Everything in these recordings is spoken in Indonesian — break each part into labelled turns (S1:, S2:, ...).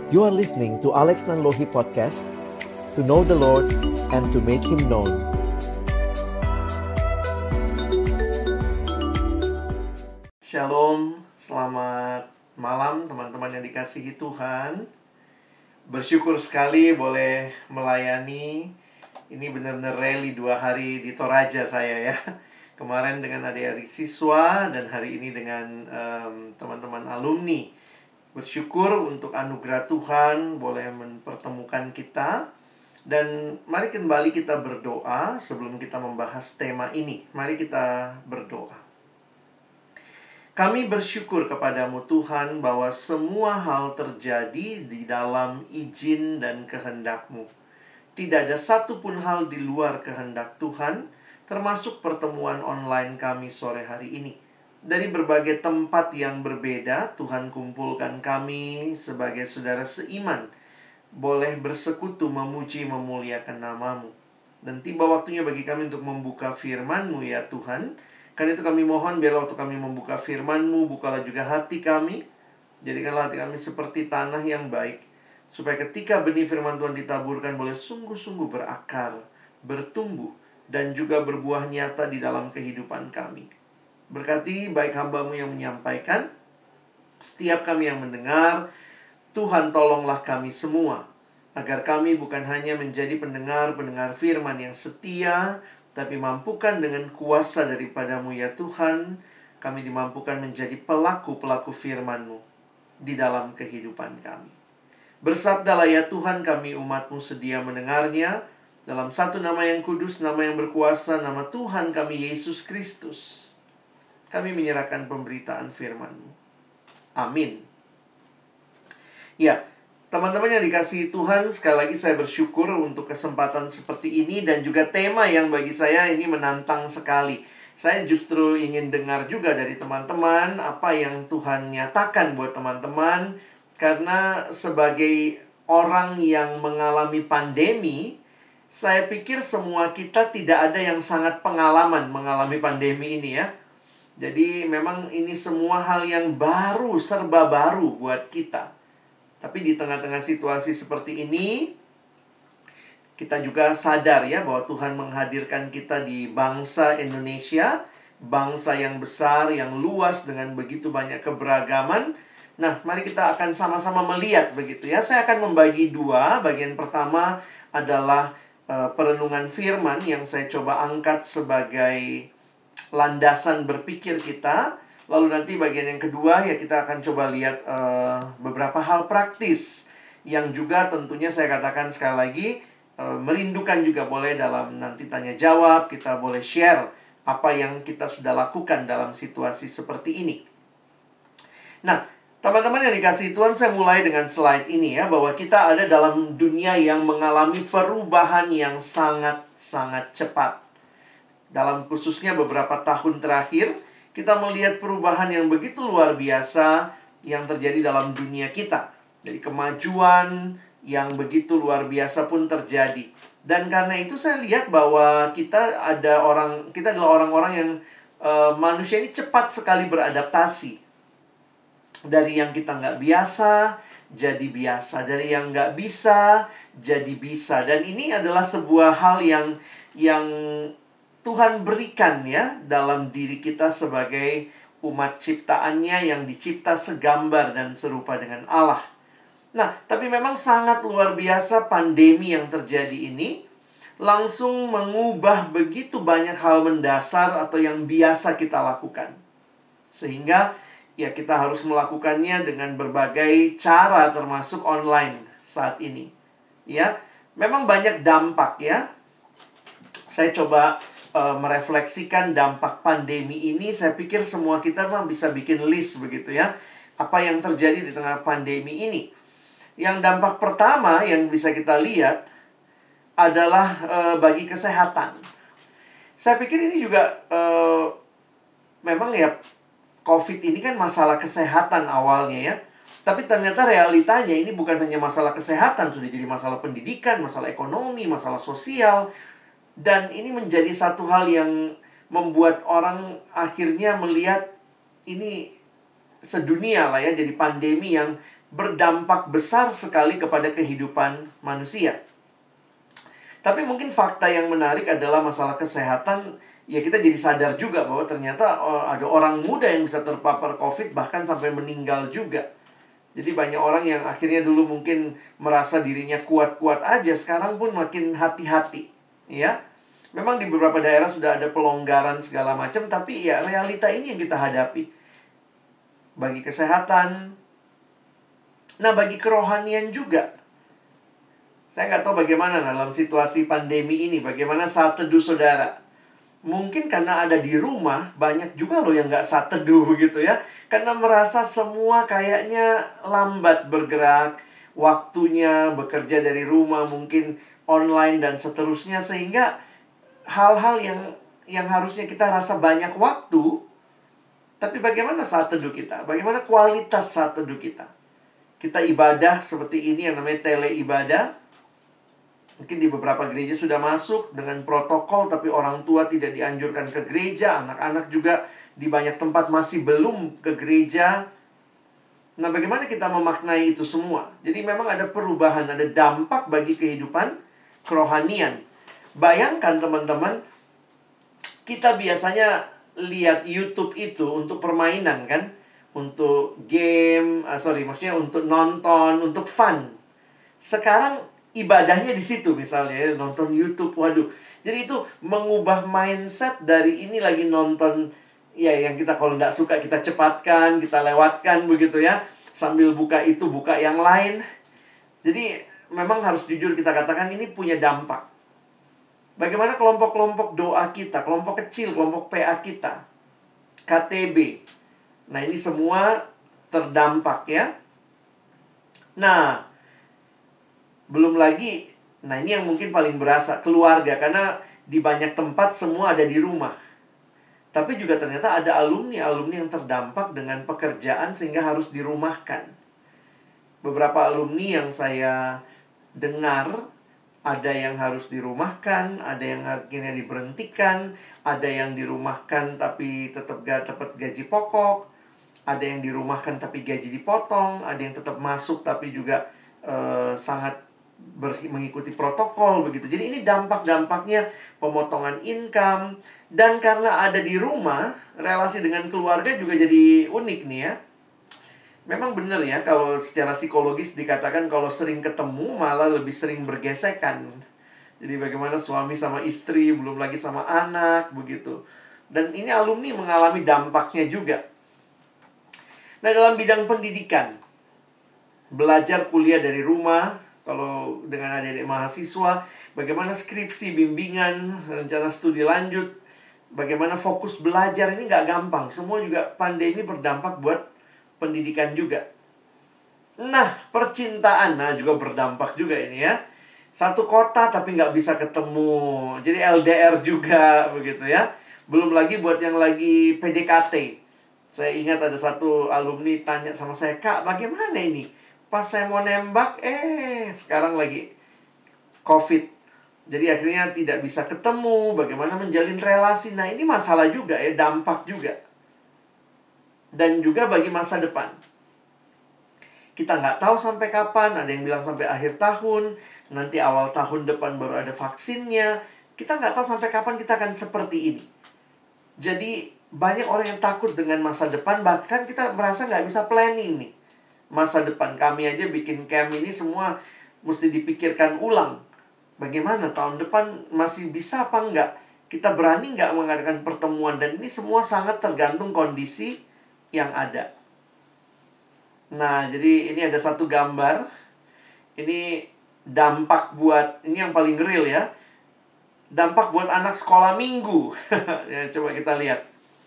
S1: You are listening to Alex Nanlohi Podcast, to know the Lord and to make Him known.
S2: Shalom, selamat malam teman-teman yang dikasihi Tuhan. Bersyukur sekali boleh melayani. Ini benar-benar rally 2 hari di Toraja saya ya. Kemarin dengan adik-adik siswa dan hari ini dengan teman-teman alumni. Bersyukur untuk anugerah Tuhan boleh mempertemukan kita. Dan mari kembali kita berdoa sebelum kita membahas tema ini. Mari kita berdoa. Kami bersyukur kepadamu Tuhan bahwa semua hal terjadi di dalam izin dan kehendak-Mu. Tidak ada satupun hal di luar kehendak Tuhan, termasuk pertemuan online kami sore hari ini. Dari berbagai tempat yang berbeda, Tuhan kumpulkan kami sebagai saudara seiman, boleh bersekutu memuji memuliakan nama-Mu. Dan tiba waktunya bagi kami untuk membuka firman-Mu ya Tuhan. Karena itu kami mohon biarlah waktu kami membuka firman-Mu, bukalah juga hati kami. Jadikanlah hati kami seperti tanah yang baik, supaya ketika benih firman Tuhan ditaburkan boleh sungguh-sungguh berakar, bertumbuh, dan juga berbuah nyata di dalam kehidupan kami. Berkati baik hamba-Mu yang menyampaikan, setiap kami yang mendengar. Tuhan tolonglah kami semua, agar kami bukan hanya menjadi pendengar-pendengar firman yang setia, tapi mampukan dengan kuasa daripada-Mu ya Tuhan, kami dimampukan menjadi pelaku-pelaku firman-Mu di dalam kehidupan kami. Bersabdalah ya Tuhan, kami umat-Mu sedia mendengarnya, dalam satu nama yang kudus, nama yang berkuasa, nama Tuhan kami Yesus Kristus. Kami menyerahkan pemberitaan firman-Mu. Amin. Ya, teman-teman yang dikasihi Tuhan, sekali lagi saya bersyukur untuk kesempatan seperti ini dan juga tema yang bagi saya ini menantang sekali. Saya justru ingin dengar juga dari teman-teman apa yang Tuhan nyatakan buat teman-teman. Karena sebagai orang yang mengalami pandemi, saya pikir semua kita tidak ada yang sangat pengalaman mengalami pandemi ini ya. Jadi memang ini semua hal yang baru, serba baru buat kita. Tapi di tengah-tengah situasi seperti ini, kita juga sadar ya bahwa Tuhan menghadirkan kita di bangsa Indonesia, bangsa yang besar, yang luas dengan begitu banyak keberagaman. Nah, mari kita akan sama-sama melihat begitu ya. Saya akan membagi 2. Bagian pertama adalah perenungan firman yang saya coba angkat sebagai landasan berpikir kita. Lalu nanti bagian yang kedua ya kita akan coba lihat beberapa hal praktis yang juga tentunya saya katakan sekali lagi merindukan juga boleh dalam nanti tanya jawab, kita boleh share apa yang kita sudah lakukan dalam situasi seperti ini. Nah, teman-teman yang dikasihi Tuhan, saya mulai dengan slide ini ya, bahwa kita ada dalam dunia yang mengalami perubahan yang sangat-sangat cepat. Dalam khususnya beberapa tahun terakhir, kita melihat perubahan yang begitu luar biasa yang terjadi dalam dunia kita. Jadi kemajuan yang begitu luar biasa pun terjadi. Dan karena itu saya lihat bahwa kita adalah orang-orang yang manusia ini cepat sekali beradaptasi. Dari yang kita nggak biasa, jadi biasa. Dari yang nggak bisa, jadi bisa. Dan ini adalah sebuah hal yang Tuhan berikan ya dalam diri kita sebagai umat ciptaannya yang dicipta segambar dan serupa dengan Allah. Nah, tapi memang sangat luar biasa pandemi yang terjadi ini langsung mengubah begitu banyak hal mendasar atau yang biasa kita lakukan. Sehingga ya kita harus melakukannya dengan berbagai cara termasuk online saat ini. Ya, memang banyak dampak ya. Saya coba merefleksikan dampak pandemi ini. Saya pikir semua kita mah bisa bikin list begitu ya. Apa yang terjadi di tengah pandemi ini. Yang dampak pertama yang bisa kita lihat adalah bagi kesehatan. Saya pikir ini juga memang ya COVID ini kan masalah kesehatan awalnya ya. Tapi ternyata realitanya ini bukan hanya masalah kesehatan, sudah jadi masalah pendidikan, masalah ekonomi, masalah sosial. Dan ini menjadi satu hal yang membuat orang akhirnya melihat ini sedunia lah ya, jadi pandemi yang berdampak besar sekali kepada kehidupan manusia. Tapi mungkin fakta yang menarik adalah masalah kesehatan. Ya kita jadi sadar juga bahwa ternyata ada orang muda yang bisa terpapar COVID bahkan sampai meninggal juga. Jadi banyak orang yang akhirnya dulu mungkin merasa dirinya kuat-kuat aja, sekarang pun makin hati-hati, ya. Memang di beberapa daerah sudah ada pelonggaran segala macam, tapi ya realita ini yang kita hadapi. Bagi kesehatan, nah bagi kerohanian juga. Saya nggak tahu bagaimana dalam situasi pandemi ini, bagaimana saat teduh saudara. Mungkin karena ada di rumah, banyak juga loh yang nggak saat teduh begitu ya. Karena merasa semua kayaknya lambat bergerak, waktunya bekerja dari rumah, mungkin online dan seterusnya. Sehingga hal-hal yang harusnya kita rasa banyak waktu, tapi bagaimana saat teduh kita? Bagaimana kualitas saat teduh kita? Kita ibadah seperti ini yang namanya tele ibadah. Mungkin di beberapa gereja sudah masuk dengan protokol, tapi orang tua tidak dianjurkan ke gereja. Anak-anak juga di banyak tempat masih belum ke gereja. Nah, bagaimana kita memaknai itu semua? Jadi memang ada perubahan, ada dampak bagi kehidupan kerohanian. Bayangkan teman-teman, kita biasanya lihat YouTube itu untuk permainan kan? Untuk game, maksudnya untuk nonton, untuk fun. Sekarang ibadahnya di situ misalnya, nonton YouTube. Waduh. Jadi itu mengubah mindset dari ini lagi nonton, ya yang kita kalau nggak suka kita cepatkan, kita lewatkan begitu ya. Sambil buka itu, buka yang lain. Jadi memang harus jujur kita katakan ini punya dampak. Bagaimana kelompok-kelompok doa kita, kelompok kecil, kelompok PA kita, KTB. Nah ini semua terdampak ya. Nah, belum lagi, nah ini yang mungkin paling berasa, keluarga. Karena di banyak tempat semua ada di rumah. Tapi juga ternyata ada alumni-alumni yang terdampak dengan pekerjaan sehingga harus dirumahkan. Beberapa alumni yang saya dengar, ada yang harus dirumahkan, ada yang akhirnya diberhentikan, ada yang dirumahkan tapi tetap gak dapat gaji pokok, ada yang dirumahkan tapi gaji dipotong, ada yang tetap masuk tapi juga sangat mengikuti protokol begitu. Jadi ini dampak-dampaknya pemotongan income. Dan karena ada di rumah, relasi dengan keluarga juga jadi unik nih ya. Memang benar ya, kalau secara psikologis dikatakan kalau sering ketemu malah lebih sering bergesekan. Jadi bagaimana suami sama istri, belum lagi sama anak begitu. Dan ini alumni mengalami dampaknya juga. Nah dalam bidang pendidikan, belajar kuliah dari rumah, kalau dengan adik-adik mahasiswa, bagaimana skripsi, bimbingan, rencana studi lanjut, bagaimana fokus belajar, ini nggak gampang. Semua juga pandemi berdampak buat pendidikan juga. Nah, percintaan, nah juga berdampak juga ini ya. Satu kota tapi nggak bisa ketemu, jadi LDR juga begitu ya. Belum lagi buat yang lagi PDKT. Saya ingat ada satu alumni tanya sama saya, "Kak, bagaimana ini? Pas saya mau nembak, sekarang lagi COVID. Jadi akhirnya tidak bisa ketemu, bagaimana menjalin relasi." Nah ini masalah juga ya, dampak juga. Dan juga bagi masa depan. Kita nggak tahu sampai kapan, ada yang bilang sampai akhir tahun, nanti awal tahun depan baru ada vaksinnya. Kita nggak tahu sampai kapan kita akan seperti ini. Jadi banyak orang yang takut dengan masa depan, bahkan kita merasa nggak bisa planning nih. Masa depan kami aja bikin camp ini semua mesti dipikirkan ulang. Bagaimana tahun depan masih bisa apa enggak? Kita berani enggak mengadakan pertemuan? Dan ini semua sangat tergantung kondisi yang ada. Nah, jadi ini ada satu gambar. Ini dampak buat, ini yang paling real ya. Dampak buat anak sekolah minggu. Ya, coba kita lihat.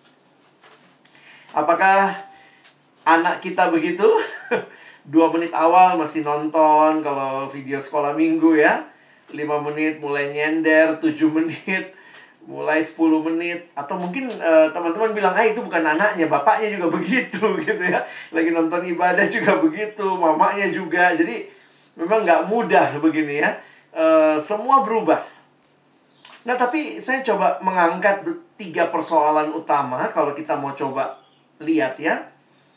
S2: Apakah anak kita begitu? 2 menit awal masih nonton kalau video sekolah minggu ya. 5 menit mulai nyender, 7 menit mulai 10 menit. Atau mungkin teman-teman bilang, itu bukan anaknya, bapaknya juga begitu gitu ya. Lagi nonton ibadah juga begitu, mamanya juga. Jadi memang nggak mudah begini ya. Semua berubah. Nah tapi saya coba mengangkat 3 persoalan utama kalau kita mau coba lihat ya.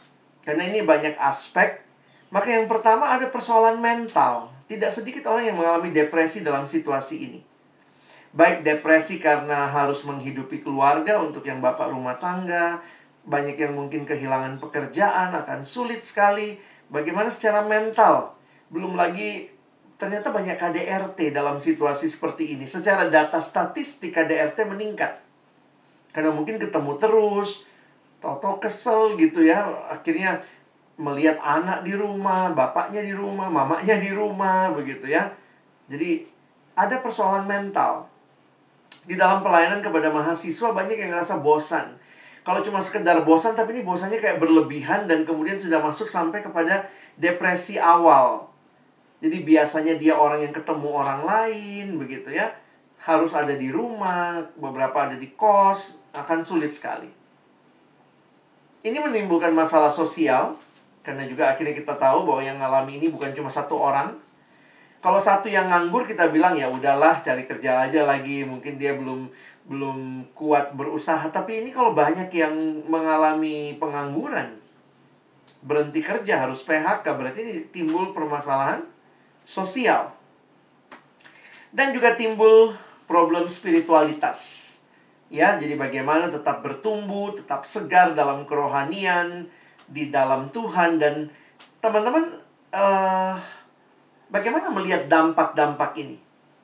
S2: Karena ini banyak aspek. Maka yang pertama ada persoalan mental. Tidak sedikit orang yang mengalami depresi dalam situasi ini. Baik depresi karena harus menghidupi keluarga untuk yang bapak rumah tangga. Banyak yang mungkin kehilangan pekerjaan, akan sulit sekali. Bagaimana secara mental? Belum lagi ternyata banyak KDRT dalam situasi seperti ini. Secara data statistik KDRT meningkat. Karena mungkin ketemu terus, tahu-tahu kesel gitu ya. Akhirnya melihat anak di rumah, bapaknya di rumah, mamanya di rumah, begitu ya. Jadi ada persoalan mental. Di dalam pelayanan kepada mahasiswa banyak yang ngerasa bosan. Kalau cuma sekedar bosan, tapi ini bosannya kayak berlebihan dan kemudian sudah masuk sampai kepada depresi awal. Jadi biasanya dia orang yang ketemu orang lain, begitu ya. Harus ada di rumah, beberapa ada di kos, akan sulit sekali. Ini menimbulkan masalah sosial, karena juga akhirnya kita tahu bahwa yang ngalami ini bukan cuma satu orang. Kalau satu yang nganggur kita bilang ya udahlah cari kerja aja lagi, mungkin dia belum kuat berusaha. Tapi ini kalau banyak yang mengalami pengangguran, berhenti kerja, harus PHK, berarti ini timbul permasalahan sosial. Dan juga timbul problem spiritualitas. Ya, jadi bagaimana tetap bertumbuh, tetap segar dalam kerohanian, di dalam Tuhan. Dan teman-teman, bagaimana melihat dampak-dampak ini?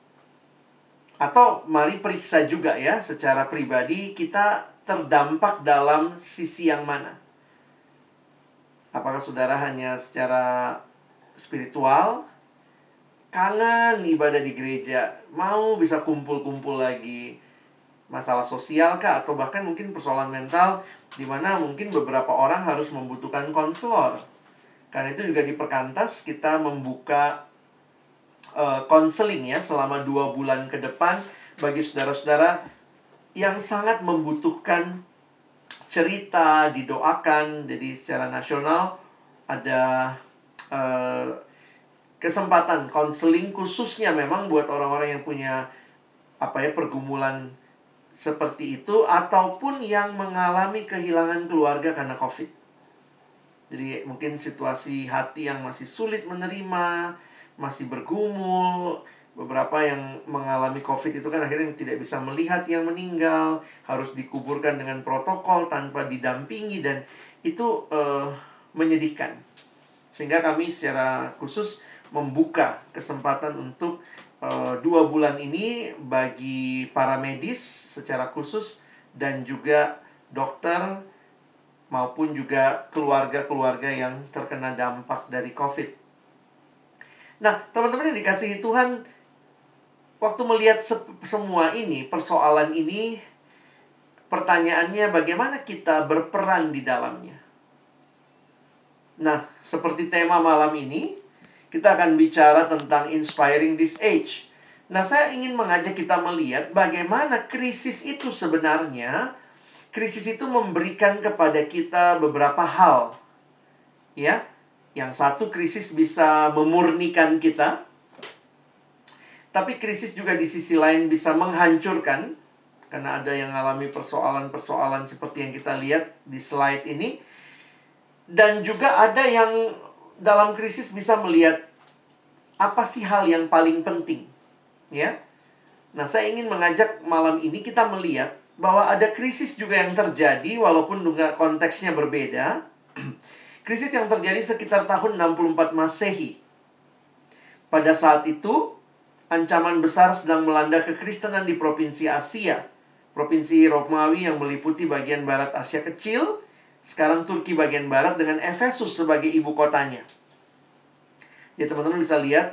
S2: Atau mari periksa juga ya, secara pribadi kita terdampak dalam sisi yang mana? Apakah saudara hanya secara spiritual, kangen ibadah di gereja, mau bisa kumpul-kumpul lagi, masalah sosial kah? Atau bahkan mungkin persoalan mental, di mana mungkin beberapa orang harus membutuhkan konselor. Karena itu juga di Perkantas kita membuka konseling ya selama 2 bulan ke depan bagi saudara-saudara yang sangat membutuhkan cerita, didoakan. Jadi secara nasional ada kesempatan konseling khususnya memang buat orang-orang yang punya pergumulan seperti itu, ataupun yang mengalami kehilangan keluarga karena COVID. Jadi mungkin situasi hati yang masih sulit menerima, masih bergumul. Beberapa yang mengalami COVID itu kan akhirnya tidak bisa melihat yang meninggal, harus dikuburkan dengan protokol tanpa didampingi, dan itu menyedihkan. Sehingga kami secara khusus membuka kesempatan untuk 2 bulan ini bagi para medis secara khusus, dan juga dokter maupun juga keluarga-keluarga yang terkena dampak dari COVID. Nah, teman-teman yang dikasihi Tuhan, waktu melihat semua ini, persoalan ini, pertanyaannya bagaimana kita berperan di dalamnya. Nah, seperti tema malam ini, kita akan bicara tentang inspiring this age. Nah, saya ingin mengajak kita melihat bagaimana krisis itu sebenarnya, krisis itu memberikan kepada kita beberapa hal. Ya, yang satu, krisis bisa memurnikan kita. Tapi krisis juga di sisi lain bisa menghancurkan. Karena ada yang mengalami persoalan-persoalan seperti yang kita lihat di slide ini. Dan juga ada yang dalam krisis bisa melihat apa sih hal yang paling penting. Ya. Nah, saya ingin mengajak malam ini kita melihat bahwa ada krisis juga yang terjadi walaupun juga konteksnya berbeda. Krisis yang terjadi sekitar tahun 64 Masehi. Pada saat itu, ancaman besar sedang melanda kekristenan di provinsi Asia. Provinsi Romawi yang meliputi bagian barat Asia Kecil, sekarang Turki bagian barat, dengan Efesus sebagai ibu kotanya. Ya, teman-teman bisa lihat,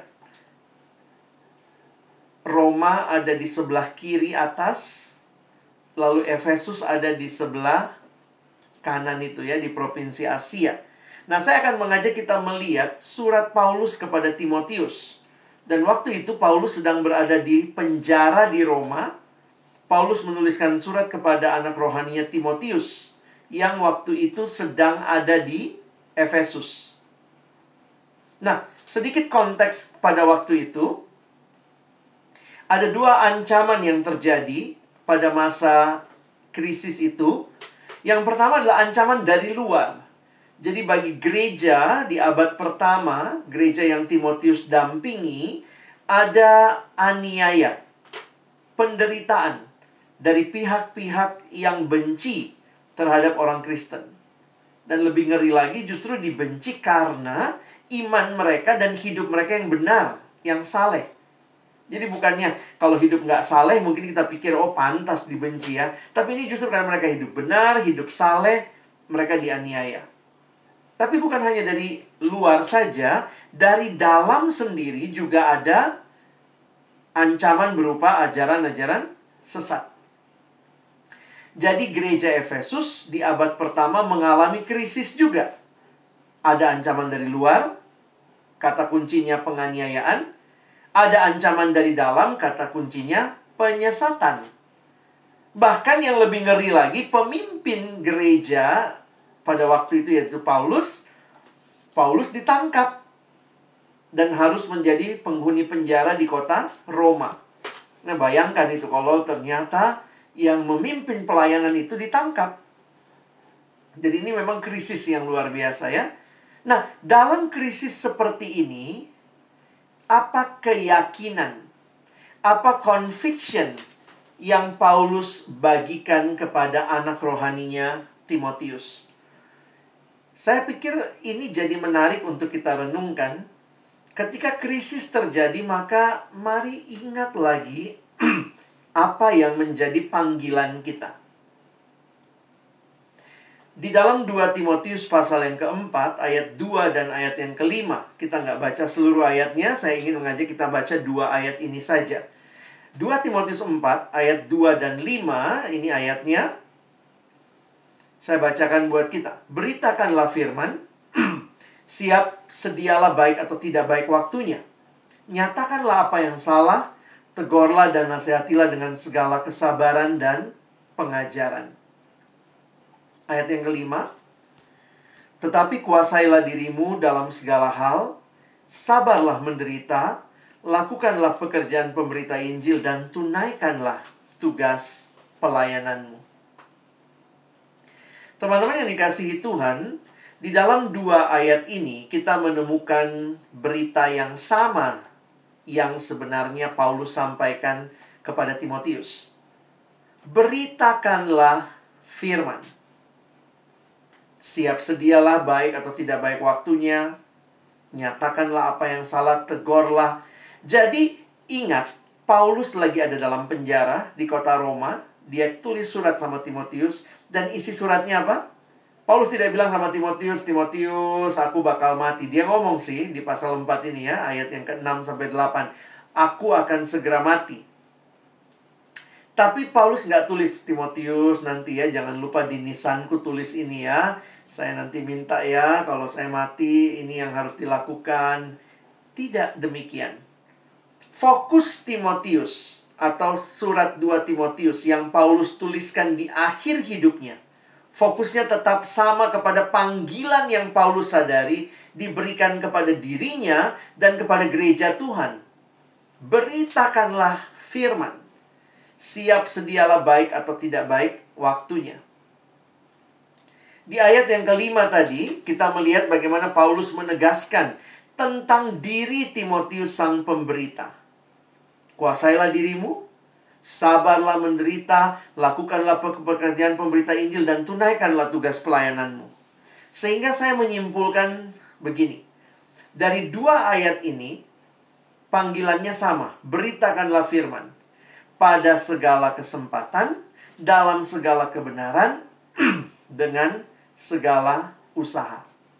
S2: Roma ada di sebelah kiri atas, lalu Efesus ada di sebelah kanan itu ya, di provinsi Asia. Nah, saya akan mengajak kita melihat surat Paulus kepada Timotius. Dan waktu itu Paulus sedang berada di penjara di Roma. Paulus menuliskan surat kepada anak rohaninya Timotius, yang waktu itu sedang ada di Efesus. Nah, sedikit konteks pada waktu itu. Ada 2 ancaman yang terjadi pada masa krisis itu. Yang pertama adalah ancaman dari luar. Jadi bagi gereja di abad pertama, gereja yang Timotius dampingi, ada aniaya, penderitaan dari pihak-pihak yang benci terhadap orang Kristen. Dan lebih ngeri lagi, justru dibenci karena iman mereka dan hidup mereka yang benar, yang saleh. Jadi bukannya kalau hidup nggak saleh, mungkin kita pikir, oh pantas dibenci ya. Tapi ini justru karena mereka hidup benar, hidup saleh, mereka dianiaya. Tapi bukan hanya dari luar saja, dari dalam sendiri juga ada ancaman berupa ajaran-ajaran sesat. Jadi gereja Efesus di abad pertama mengalami krisis juga. Ada ancaman dari luar, kata kuncinya penganiayaan. Ada ancaman dari dalam, kata kuncinya penyesatan. Bahkan yang lebih ngeri lagi, pemimpin gereja pada waktu itu yaitu Paulus ditangkap dan harus menjadi penghuni penjara di kota Roma. Nah, bayangkan itu kalau ternyata yang memimpin pelayanan itu ditangkap. Jadi ini memang krisis yang luar biasa ya. Nah, dalam krisis seperti ini, apa keyakinan, apa conviction yang Paulus bagikan kepada anak rohaninya Timotius? Saya pikir ini jadi menarik untuk kita renungkan. Ketika krisis terjadi, maka mari ingat lagi apa yang menjadi panggilan kita. Di dalam 2 Timotius pasal yang keempat, ayat 2 dan ayat yang kelima. Kita nggak baca seluruh ayatnya, saya ingin mengajak kita baca 2 ayat ini saja. 2 Timotius 4, ayat 2 dan 5, ini ayatnya. Saya bacakan buat kita. Beritakanlah firman, siap sedialah baik atau tidak baik waktunya. Nyatakanlah apa yang salah, tegurlah dan nasihatilah dengan segala kesabaran dan pengajaran. Ayat yang kelima, tetapi kuasailah dirimu dalam segala hal, sabarlah menderita, lakukanlah pekerjaan pemberita Injil dan tunaikanlah tugas pelayananmu. Teman-teman yang dikasihi Tuhan, di dalam 2 ayat ini kita menemukan berita yang sama yang sebenarnya Paulus sampaikan kepada Timotius. Beritakanlah firman. Siap sedialah baik atau tidak baik waktunya. Nyatakanlah apa yang salah, tegurlah. Jadi ingat, Paulus lagi ada dalam penjara di kota Roma. Dia tulis surat sama Timotius. Dan isi suratnya apa? Paulus tidak bilang sama Timotius, Timotius, aku bakal mati. Dia ngomong sih di pasal 4 ini ya, ayat yang ke-6-8. Aku akan segera mati. Tapi Paulus nggak tulis, Timotius, nanti ya, jangan lupa di nisanku tulis ini ya. Saya nanti minta ya, kalau saya mati, ini yang harus dilakukan. Tidak demikian. Fokus Timotius atau surat 2 Timotius yang Paulus tuliskan di akhir hidupnya, fokusnya tetap sama kepada panggilan yang Paulus sadari diberikan kepada dirinya dan kepada gereja Tuhan. Beritakanlah firman. Siap sedialah baik atau tidak baik waktunya. Di ayat yang kelima tadi, kita melihat bagaimana Paulus menegaskan tentang diri Timotius sang pemberita. Kuasailah dirimu, sabarlah menderita, lakukanlah pekerjaan pemberita Injil, dan tunaikanlah tugas pelayananmu. Sehingga saya menyimpulkan begini. Dari 2 ayat ini, panggilannya sama. Beritakanlah firman. Pada segala kesempatan, dalam segala kebenaran, dengan segala usaha.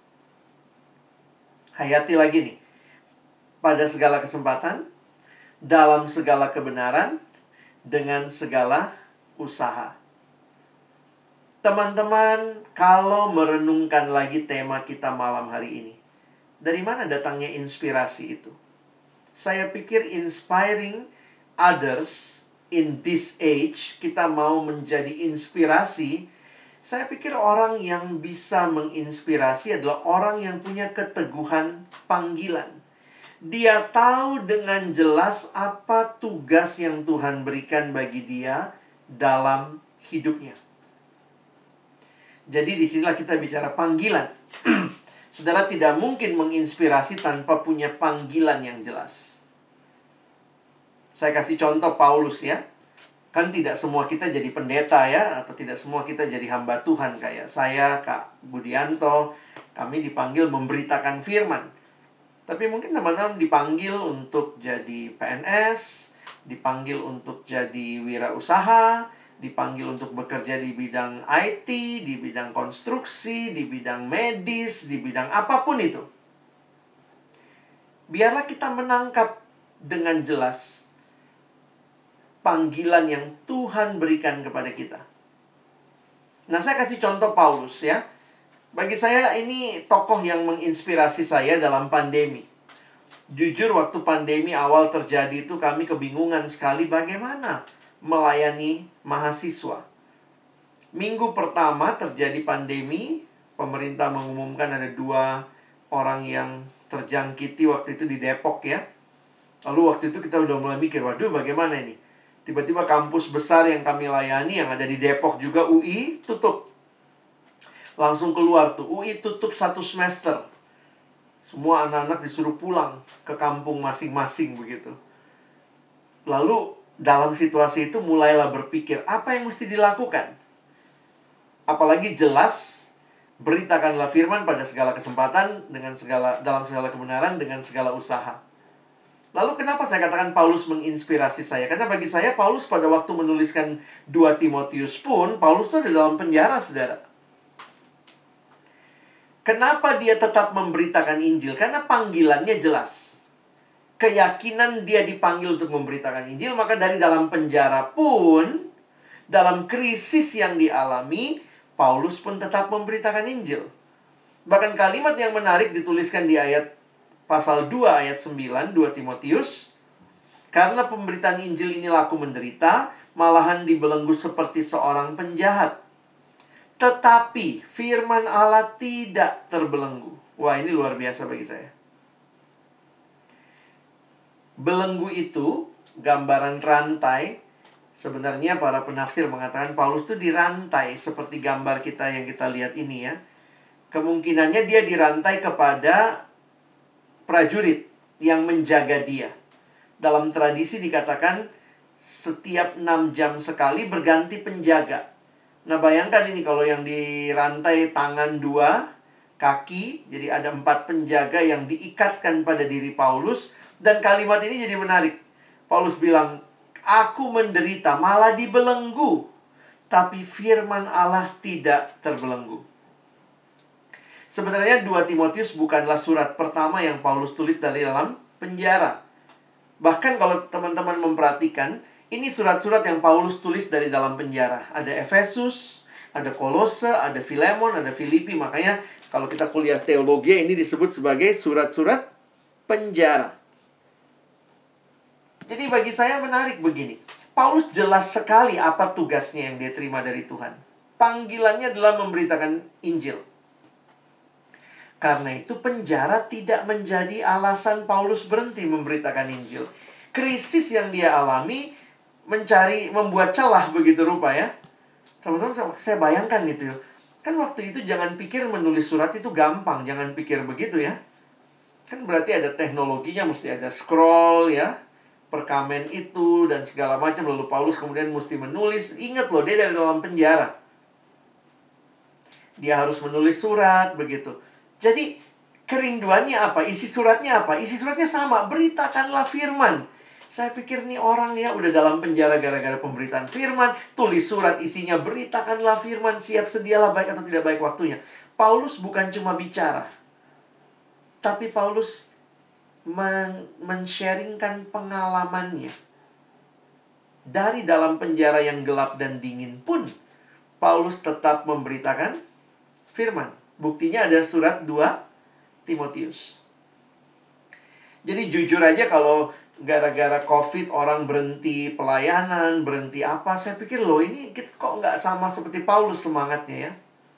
S2: Hayati lagi nih. Pada segala kesempatan, dalam segala kebenaran, dengan segala usaha. Teman-teman, kalau merenungkan lagi tema kita malam hari ini, dari mana datangnya inspirasi itu? Saya pikir inspiring others in this age, kita mau menjadi inspirasi. Saya pikir orang yang bisa menginspirasi adalah orang yang punya keteguhan panggilan. Dia tahu dengan jelas apa tugas yang Tuhan berikan bagi dia dalam hidupnya. Jadi disinilah kita bicara panggilan. Saudara tidak mungkin menginspirasi tanpa punya panggilan yang jelas. Saya kasih contoh Paulus ya. Kan tidak semua kita jadi pendeta ya, atau tidak semua kita jadi hamba Tuhan kayak saya, Kak Budianto. Kami dipanggil memberitakan firman. Tapi mungkin teman-teman dipanggil untuk jadi PNS, dipanggil untuk jadi wirausaha, dipanggil untuk bekerja di bidang IT, di bidang konstruksi, di bidang medis, di bidang apapun itu. Biarlah kita menangkap dengan jelas panggilan yang Tuhan berikan kepada kita. Nah, saya kasih contoh Paulus ya. Bagi saya ini tokoh yang menginspirasi saya dalam pandemi. Jujur waktu pandemi awal terjadi itu kami kebingungan sekali bagaimana melayani mahasiswa. Minggu pertama terjadi pandemi, pemerintah mengumumkan ada 2 orang yang terjangkiti waktu itu di Depok ya. Lalu waktu itu kita udah mulai mikir, waduh bagaimana ini? Tiba-tiba kampus besar yang kami layani yang ada di Depok juga UI tutup. Langsung keluar tuh, UI tutup 1 semester. Semua anak-anak disuruh pulang ke kampung masing-masing begitu. Lalu dalam situasi itu mulailah berpikir, apa yang mesti dilakukan? Apalagi jelas, beritakanlah firman pada segala kesempatan, dalam segala kebenaran, dengan segala usaha. Lalu kenapa saya katakan Paulus menginspirasi saya? Karena bagi saya, Paulus pada waktu menuliskan 2 Timotius pun, Paulus itu ada dalam penjara, saudara. Kenapa dia tetap memberitakan Injil? Karena panggilannya jelas. Keyakinan dia dipanggil untuk memberitakan Injil, maka dari dalam penjara pun, dalam krisis yang dialami, Paulus pun tetap memberitakan Injil. Bahkan kalimat yang menarik dituliskan di ayat pasal 2 ayat 9, 2 Timotius. Karena pemberitaan Injil ini laku menderita, malahan dibelenggu seperti seorang penjahat. Tetapi firman Allah tidak terbelenggu. Wah, ini luar biasa bagi saya. Belenggu itu gambaran rantai. Sebenarnya para penafsir mengatakan Paulus itu dirantai seperti gambar kita yang kita lihat ini ya. Kemungkinannya dia dirantai kepada prajurit yang menjaga dia. Dalam tradisi dikatakan setiap 6 jam sekali berganti penjaga. Nah, bayangkan ini kalau yang dirantai tangan 2, kaki, jadi ada 4 penjaga yang diikatkan pada diri Paulus. Dan kalimat ini jadi menarik. Paulus bilang, aku menderita, malah dibelenggu, tapi firman Allah tidak terbelenggu. Sebenarnya 2 Timotius bukanlah surat pertama yang Paulus tulis dari dalam penjara. Bahkan kalau teman-teman memperhatikan, ini surat-surat yang Paulus tulis dari dalam penjara. Ada Efesus, ada Kolose, ada Filemon, ada Filipi. Makanya kalau kita kuliah teologi ini disebut sebagai surat-surat penjara. Jadi bagi saya menarik begini. Paulus jelas sekali apa tugasnya yang dia terima dari Tuhan. Panggilannya adalah memberitakan Injil. Karena itu penjara tidak menjadi alasan Paulus berhenti memberitakan Injil. Krisis yang dia alami membuat celah begitu rupa ya. Teman-teman, saya bayangkan gitu ya. Kan waktu itu jangan pikir menulis surat itu gampang. Jangan pikir begitu ya. Kan berarti ada teknologinya, mesti ada scroll ya. Perkamen itu dan segala macam. Lalu Paulus kemudian mesti menulis. Ingat loh, dia dari dalam penjara. Dia harus menulis surat begitu. Jadi kerinduannya apa? Isi suratnya apa? Isi suratnya sama. Beritakanlah firman. Saya pikir nih orang ya udah dalam penjara gara-gara pemberitaan firman. Tulis surat isinya beritakanlah firman. Siap sedialah baik atau tidak baik waktunya. Paulus bukan cuma bicara. Tapi Paulus men-sharingkan pengalamannya. Dari dalam penjara yang gelap dan dingin pun Paulus tetap memberitakan firman. Buktinya ada surat 2 Timotius. Jadi jujur aja kalau gara-gara COVID orang berhenti pelayanan, berhenti apa, saya pikir loh ini kita kok nggak sama seperti Paulus semangatnya ya.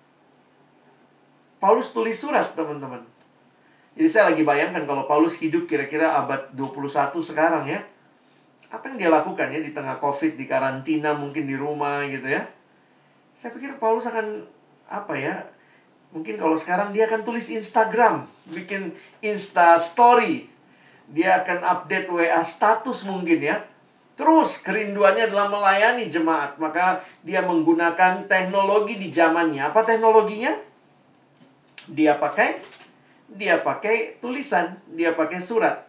S2: Paulus tulis surat teman-teman. Jadi saya lagi bayangkan kalau Paulus hidup kira-kira abad 21 sekarang ya. Apa yang dia lakukan ya di tengah COVID, di karantina mungkin di rumah gitu ya. Saya pikir Paulus akan apa ya? Mungkin kalau sekarang dia akan tulis Instagram, bikin Insta Story. Dia akan update WA status mungkin ya. Terus kerinduannya adalah melayani jemaat. Maka dia menggunakan teknologi di zamannya. Apa teknologinya? Dia pakai tulisan, dia pakai surat.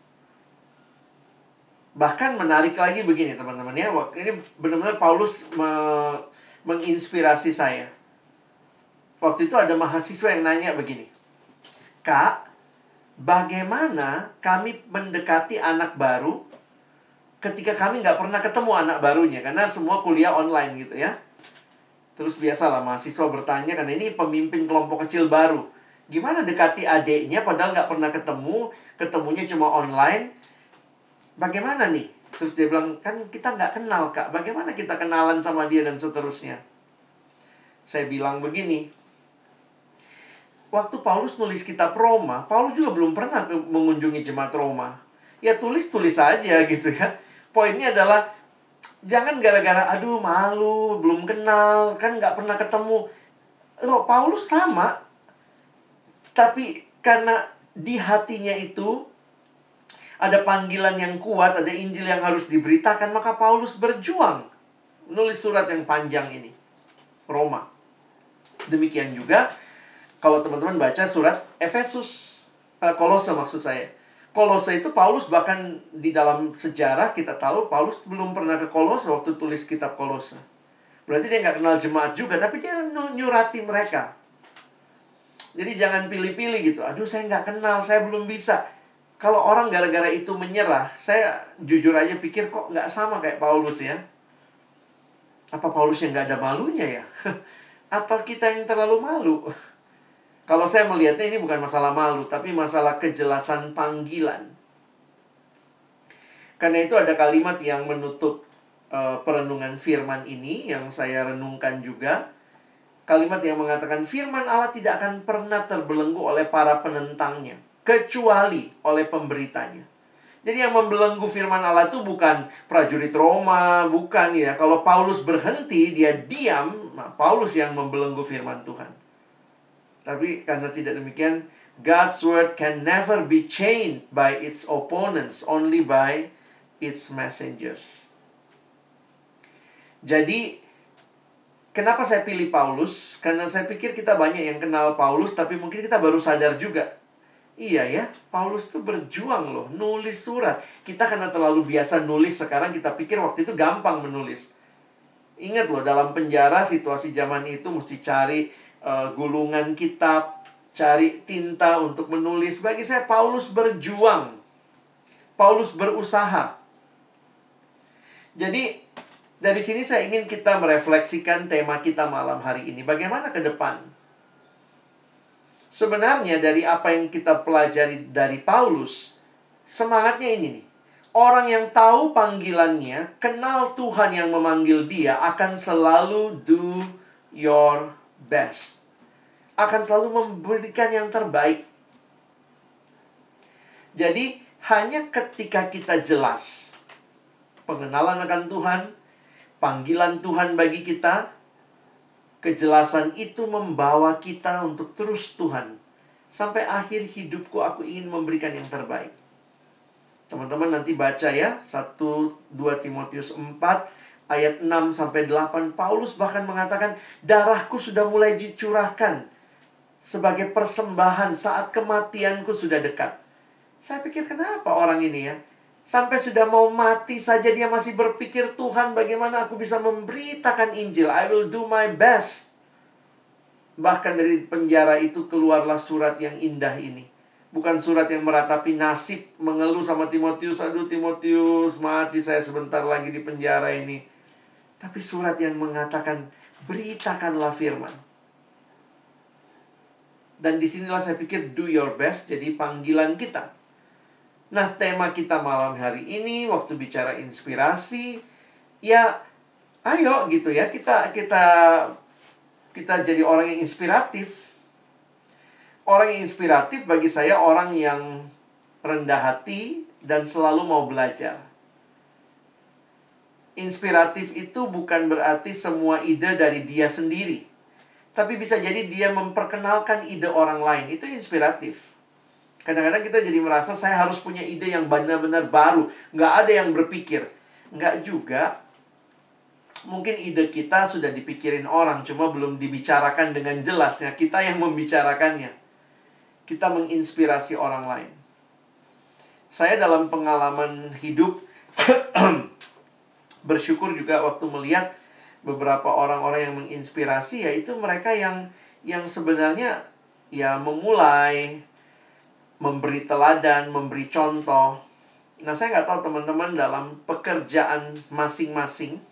S2: Bahkan menarik lagi begini teman-teman ya. Ini benar-benar Paulus menginspirasi saya. Waktu itu ada mahasiswa yang nanya begini, "Kak, bagaimana kami mendekati anak baru ketika kami nggak pernah ketemu anak barunya?" Karena semua kuliah online gitu ya. Terus biasalah mahasiswa bertanya, karena ini pemimpin kelompok kecil baru. Gimana dekati adiknya padahal nggak pernah ketemu, ketemunya cuma online. Bagaimana nih? Terus dia bilang, kan kita nggak kenal Kak. Bagaimana kita kenalan sama dia dan seterusnya? Saya bilang begini. Waktu Paulus nulis kitab Roma, Paulus juga belum pernah mengunjungi jemaat Roma. Ya tulis-tulis aja gitu ya. Poinnya adalah, jangan gara-gara, aduh malu, belum kenal, kan nggak pernah ketemu. Loh, Paulus sama. Tapi karena di hatinya itu ada panggilan yang kuat, ada Injil yang harus diberitakan, maka Paulus berjuang menulis surat yang panjang ini. Roma. Demikian juga kalau teman-teman baca surat Efesus, Kolose maksud saya. Kolose itu Paulus bahkan di dalam sejarah kita tahu Paulus belum pernah ke Kolose waktu tulis kitab Kolose. Berarti dia nggak kenal jemaat juga, tapi dia nyurati mereka. Jadi jangan pilih-pilih gitu. Aduh saya nggak kenal, saya belum bisa. Kalau orang gara-gara itu menyerah, saya jujur aja pikir kok nggak sama kayak Paulus ya. Apa Paulus yang nggak ada malunya ya? Atau kita yang terlalu malu? Kalau saya melihatnya ini bukan masalah malu, tapi masalah kejelasan panggilan. Karena itu ada kalimat yang menutup perenungan firman ini, yang saya renungkan juga. Kalimat yang mengatakan, firman Allah tidak akan pernah terbelenggu oleh para penentangnya, kecuali oleh pemberitanya. Jadi yang membelenggu firman Allah itu bukan prajurit Roma, bukan ya. Kalau Paulus berhenti, dia diam, nah Paulus yang membelenggu firman Tuhan. Tapi karena tidak demikian, God's word can never be chained by its opponents, only by its messengers. Jadi, kenapa saya pilih Paulus? Karena saya pikir kita banyak yang kenal Paulus, tapi mungkin kita baru sadar juga. Iya ya, Paulus tuh berjuang loh, nulis surat. Kita karena terlalu biasa nulis, sekarang kita pikir waktu itu gampang menulis. Ingat loh, dalam penjara situasi zaman itu mesti cari gulungan kitab, cari tinta untuk menulis. Bagi saya Paulus berjuang, Paulus berusaha. Jadi dari sini saya ingin kita merefleksikan tema kita malam hari ini. Bagaimana ke depan? Sebenarnya dari apa yang kita pelajari dari Paulus, semangatnya ini nih. Orang yang tahu panggilannya, kenal Tuhan yang memanggil dia, akan selalu do your best. Akan selalu memberikan yang terbaik. Jadi, hanya ketika kita jelas pengenalan akan Tuhan, panggilan Tuhan bagi kita, kejelasan itu membawa kita untuk terus Tuhan. Sampai akhir hidupku aku ingin memberikan yang terbaik. Teman-teman nanti baca ya, 1-2 Timotius 4 ayat 6-8, Paulus bahkan mengatakan, darahku sudah mulai dicurahkan sebagai persembahan saat kematianku sudah dekat. Saya pikir kenapa orang ini ya, sampai sudah mau mati saja dia masih berpikir, Tuhan bagaimana aku bisa memberitakan Injil, I will do my best. Bahkan dari penjara itu keluarlah surat yang indah ini. Bukan surat yang meratapi nasib, mengeluh sama Timotius, aduh Timotius mati saya sebentar lagi di penjara ini. Tapi surat yang mengatakan, beritakanlah firman. Dan disinilah saya pikir do your best jadi panggilan kita. Nah, tema kita malam hari ini waktu bicara inspirasi, ya ayo gitu ya, kita jadi orang yang inspiratif. Orang yang inspiratif bagi saya orang yang rendah hati dan selalu mau belajar. Inspiratif itu bukan berarti semua ide dari dia sendiri. Tapi bisa jadi dia memperkenalkan ide orang lain. Itu inspiratif. Kadang-kadang kita jadi merasa saya harus punya ide yang benar-benar baru. Nggak ada yang berpikir. Nggak juga. Mungkin ide kita sudah dipikirin orang, cuma belum dibicarakan dengan jelasnya. Kita yang membicarakannya. Kita menginspirasi orang lain. Saya dalam pengalaman hidup bersyukur juga waktu melihat beberapa orang-orang yang menginspirasi, yaitu mereka yang sebenarnya ya memulai, memberi teladan, memberi contoh. Nah, saya nggak tahu teman-teman dalam pekerjaan masing-masing,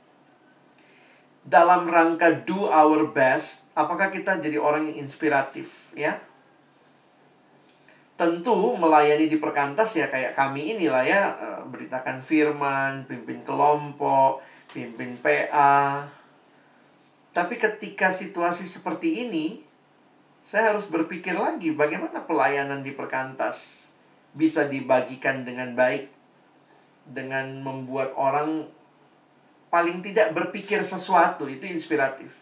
S2: dalam rangka do our best, apakah kita jadi orang yang inspiratif, ya? Tentu melayani di perkantas ya kayak kami inilah ya, beritakan firman, pimpin kelompok, pimpin PA. Tapi ketika situasi seperti ini, saya harus berpikir lagi bagaimana pelayanan di perkantas bisa dibagikan dengan baik, dengan membuat orang paling tidak berpikir sesuatu. Itu inspiratif.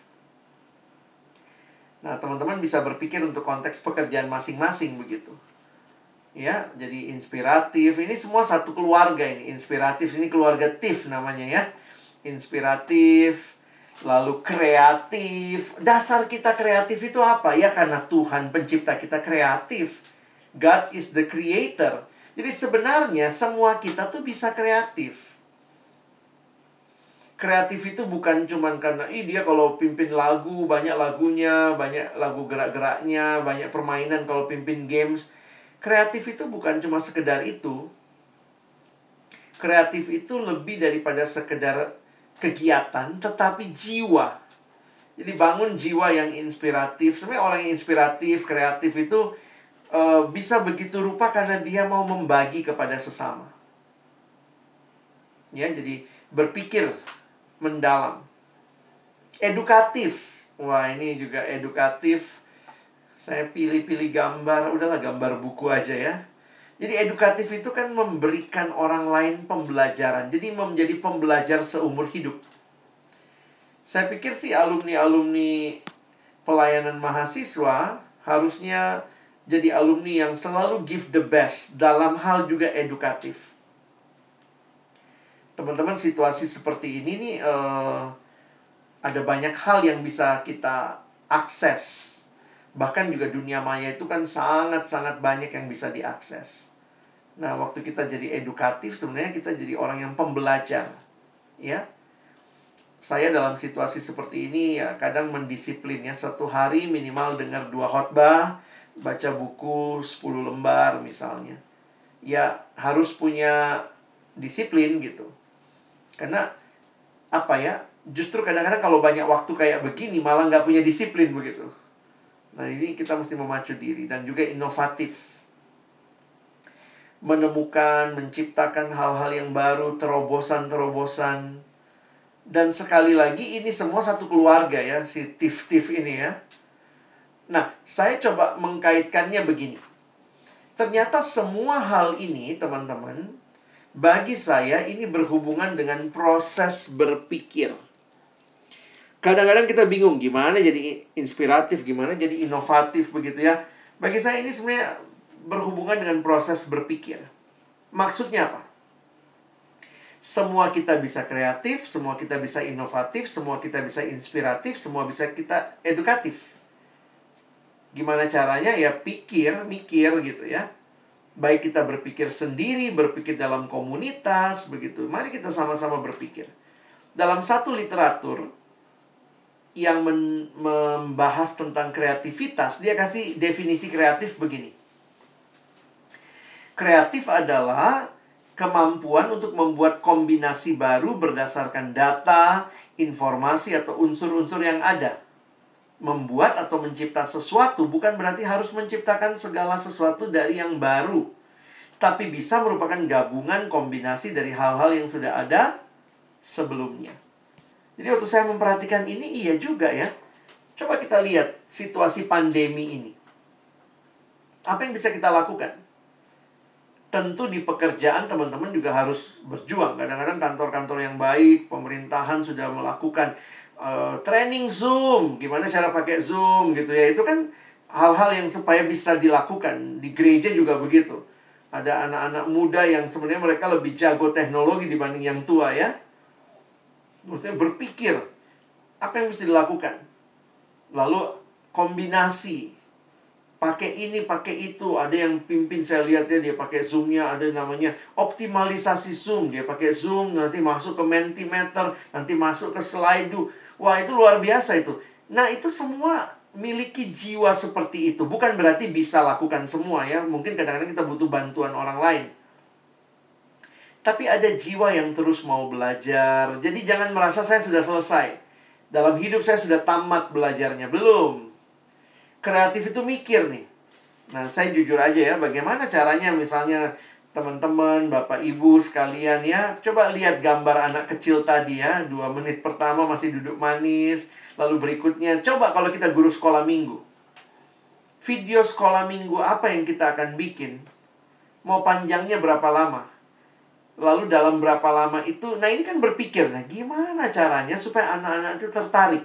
S2: Nah, teman-teman bisa berpikir untuk konteks pekerjaan masing-masing begitu. Ya, jadi inspiratif. Ini semua satu keluarga ini. Inspiratif ini keluarga TIF namanya ya. Inspiratif, lalu kreatif. Dasar kita kreatif itu apa? Ya karena Tuhan pencipta kita kreatif. God is the creator. Jadi sebenarnya semua kita tuh bisa kreatif. Kreatif itu bukan cuman karena dia kalau pimpin lagu, banyak lagunya, banyak lagu gerak-geraknya, banyak permainan kalau pimpin games. Kreatif itu bukan cuma sekedar itu. Kreatif itu lebih daripada sekedar kegiatan, tetapi jiwa. Jadi bangun jiwa yang inspiratif. Sebenarnya orang yang inspiratif, kreatif itu bisa begitu rupa karena dia mau membagi kepada sesama. Ya, jadi berpikir mendalam. Edukatif. Wah, ini juga edukatif. Saya pilih-pilih gambar, udahlah gambar buku aja ya. Jadi edukatif itu kan memberikan orang lain pembelajaran. Jadi menjadi pembelajar seumur hidup. Saya pikir sih alumni-alumni pelayanan mahasiswa harusnya jadi alumni yang selalu give the best dalam hal juga edukatif. Teman-teman, situasi seperti ini nih ada banyak hal yang bisa kita akses. Bahkan juga dunia maya itu kan sangat-sangat banyak yang bisa diakses. Nah, waktu kita jadi edukatif, sebenarnya kita jadi orang yang pembelajar. Ya. Saya dalam situasi seperti ini ya kadang mendisiplin ya. Satu hari minimal dengar 2 khotbah, baca buku 10 lembar misalnya. Ya, harus punya disiplin gitu. Karena apa ya? Justru kadang-kadang kalau banyak waktu kayak begini malah nggak punya disiplin begitu. Nah, ini kita mesti memacu diri dan juga inovatif. Menemukan, menciptakan hal-hal yang baru, terobosan-terobosan. Dan sekali lagi ini semua satu keluarga ya, si TIF-TIF ini ya. Nah, saya coba mengkaitkannya begini. Ternyata semua hal ini, teman-teman, bagi saya ini berhubungan dengan proses berpikir. Kadang-kadang kita bingung gimana jadi inspiratif, gimana jadi inovatif begitu ya. Bagi saya ini sebenarnya berhubungan dengan proses berpikir. Maksudnya apa? Semua kita bisa kreatif, semua kita bisa inovatif, semua kita bisa inspiratif, semua bisa kita edukatif. Gimana caranya? Ya mikir gitu ya. Baik kita berpikir sendiri, berpikir dalam komunitas, begitu. Mari kita sama-sama berpikir. Dalam satu literatur yang membahas tentang kreativitas, dia kasih definisi kreatif begini. Kreatif adalah kemampuan untuk membuat kombinasi baru berdasarkan data, informasi, atau unsur-unsur yang ada. Membuat atau mencipta sesuatu bukan berarti harus menciptakan segala sesuatu dari yang baru, tapi bisa merupakan gabungan kombinasi dari hal-hal yang sudah ada sebelumnya. Jadi waktu saya memperhatikan ini, iya juga ya. Coba kita lihat situasi pandemi ini. Apa yang bisa kita lakukan? Tentu di pekerjaan teman-teman juga harus berjuang. Kadang-kadang kantor-kantor yang baik, pemerintahan sudah melakukan training Zoom, gimana cara pakai Zoom gitu ya. Itu kan hal-hal yang supaya bisa dilakukan. Di gereja juga begitu. Ada anak-anak muda yang sebenarnya mereka lebih jago teknologi dibanding yang tua ya. Maksudnya berpikir, apa yang mesti dilakukan? Lalu kombinasi, pakai ini, pakai itu. Ada yang pimpin saya lihat ya, dia pakai Zoom-nya, ada namanya optimalisasi Zoom. Dia pakai Zoom, nanti masuk ke Mentimeter, nanti masuk ke Slido. Wah, itu luar biasa itu. Nah, itu semua miliki jiwa seperti itu. Bukan berarti bisa lakukan semua ya. Mungkin kadang-kadang kita butuh bantuan orang lain. Tapi ada jiwa yang terus mau belajar. Jadi jangan merasa saya sudah selesai. Dalam hidup saya sudah tamat belajarnya. Belum. Kreatif itu mikir nih. Nah, saya jujur aja ya, bagaimana caranya misalnya teman-teman, Bapak Ibu sekalian ya, coba lihat gambar anak kecil tadi ya, 2 menit pertama masih duduk manis, lalu berikutnya, coba kalau kita guru sekolah minggu. Video sekolah minggu apa yang kita akan bikin? Mau panjangnya berapa lama? Lalu dalam berapa lama itu, nah ini kan berpikir, nah gimana caranya supaya anak-anak itu tertarik?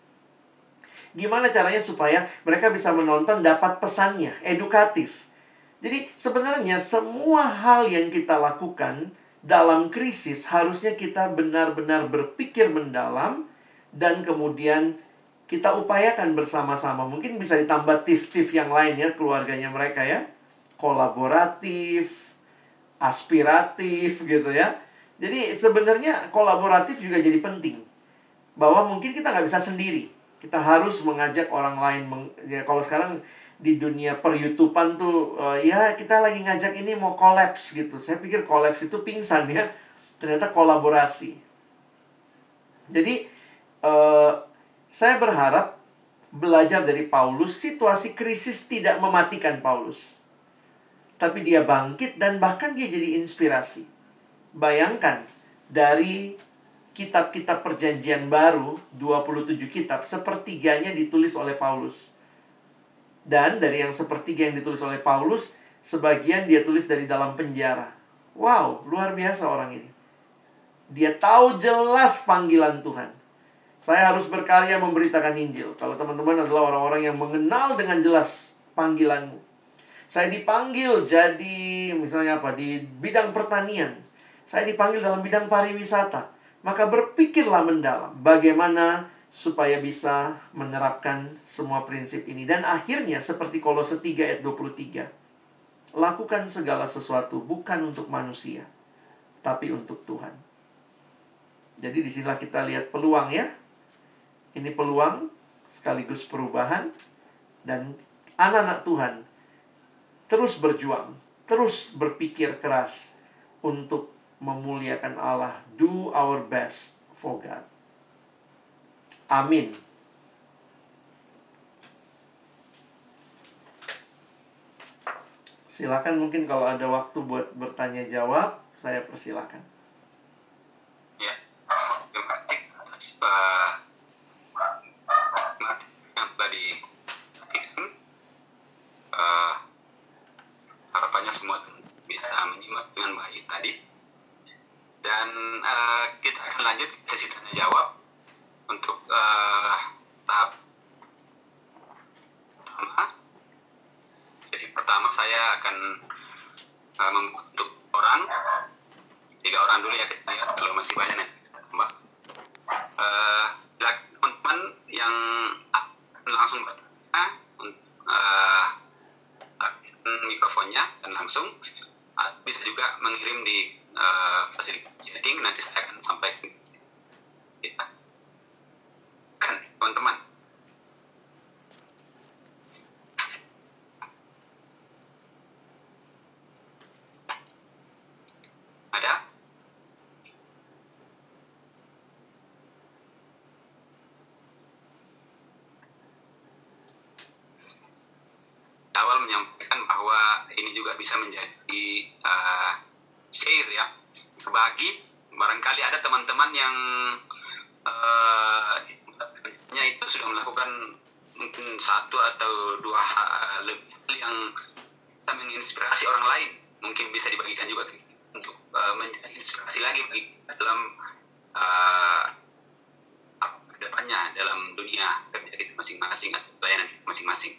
S2: Gimana caranya supaya mereka bisa menonton, dapat pesannya, edukatif? Jadi sebenarnya semua hal yang kita lakukan dalam krisis harusnya kita benar-benar berpikir mendalam dan kemudian kita upayakan bersama-sama. Mungkin bisa ditambah tips-tips yang lain ya, keluarganya mereka ya. Kolaboratif, aspiratif gitu ya. Jadi sebenarnya kolaboratif juga jadi penting. Bahwa mungkin kita nggak bisa sendiri. Kita harus mengajak orang lain. Ya, kalau sekarang di dunia per-YouTubean tuh, ya kita lagi ngajak ini mau kolaps gitu. Saya pikir kolaps itu pingsan ya. Ternyata kolaborasi. Jadi, saya berharap belajar dari Paulus, situasi krisis tidak mematikan Paulus. Tapi dia bangkit dan bahkan dia jadi inspirasi. Bayangkan, dari kitab-kitab perjanjian baru, 27 kitab, sepertiganya ditulis oleh Paulus. Dan dari yang sepertiga yang ditulis oleh Paulus, sebagian dia tulis dari dalam penjara. Wow, luar biasa orang ini. Dia tahu jelas panggilan Tuhan. Saya harus berkarya memberitakan Injil. Kalau teman-teman adalah orang-orang yang mengenal dengan jelas panggilanmu. Saya dipanggil jadi, misalnya apa, di bidang pertanian. Saya dipanggil dalam bidang pariwisata. Maka berpikirlah mendalam bagaimana supaya bisa menerapkan semua prinsip ini. Dan akhirnya seperti Kolose 3 ayat 23. Lakukan segala sesuatu bukan untuk manusia, tapi untuk Tuhan. Jadi disinilah kita lihat peluang ya. Ini peluang sekaligus perubahan. Dan anak-anak Tuhan terus berjuang, terus berpikir keras untuk memuliakan Allah. Do our best for God. Amin. Silakan, mungkin kalau ada waktu buat bertanya jawab, saya persilakan.
S3: Ya, terima kasih atas yang tadi disampaikan. Harapannya semua bisa menyimak dengan baik tadi. Dan kita akan lanjut ke sesi tanya jawab. Untuk tahap pertama, sesi pertama saya akan untuk orang 3 orang dulu ya, kita lihat kalau masih banyak nanti kita tambah. Teman-teman yang langsung bertanya, mikrofonnya dan langsung bisa juga mengirim di fasilitas chatting, nanti saya akan sampaikan kita. Teman-teman, ada? Awal menyampaikan bahwa ini juga bisa menjadi share ya, berbagi. Barangkali ada teman-teman yang itu sudah melakukan mungkin 1 atau 2 hal yang bisa menginspirasi orang lain, mungkin bisa dibagikan juga untuk menjadi inspirasi lagi dalam depannya dalam dunia kerja kita masing-masing atau pelayanan kita masing-masing.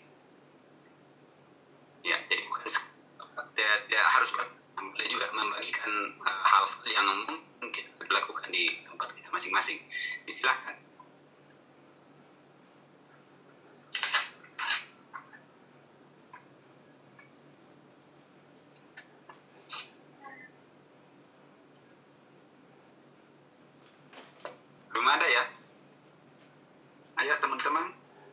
S3: Ya, jadi bukan tidak harus boleh juga membagikan hal yang mungkin kita lakukan di tempat kita masing-masing. Silakan. Belum ada ya? Ayo teman-teman.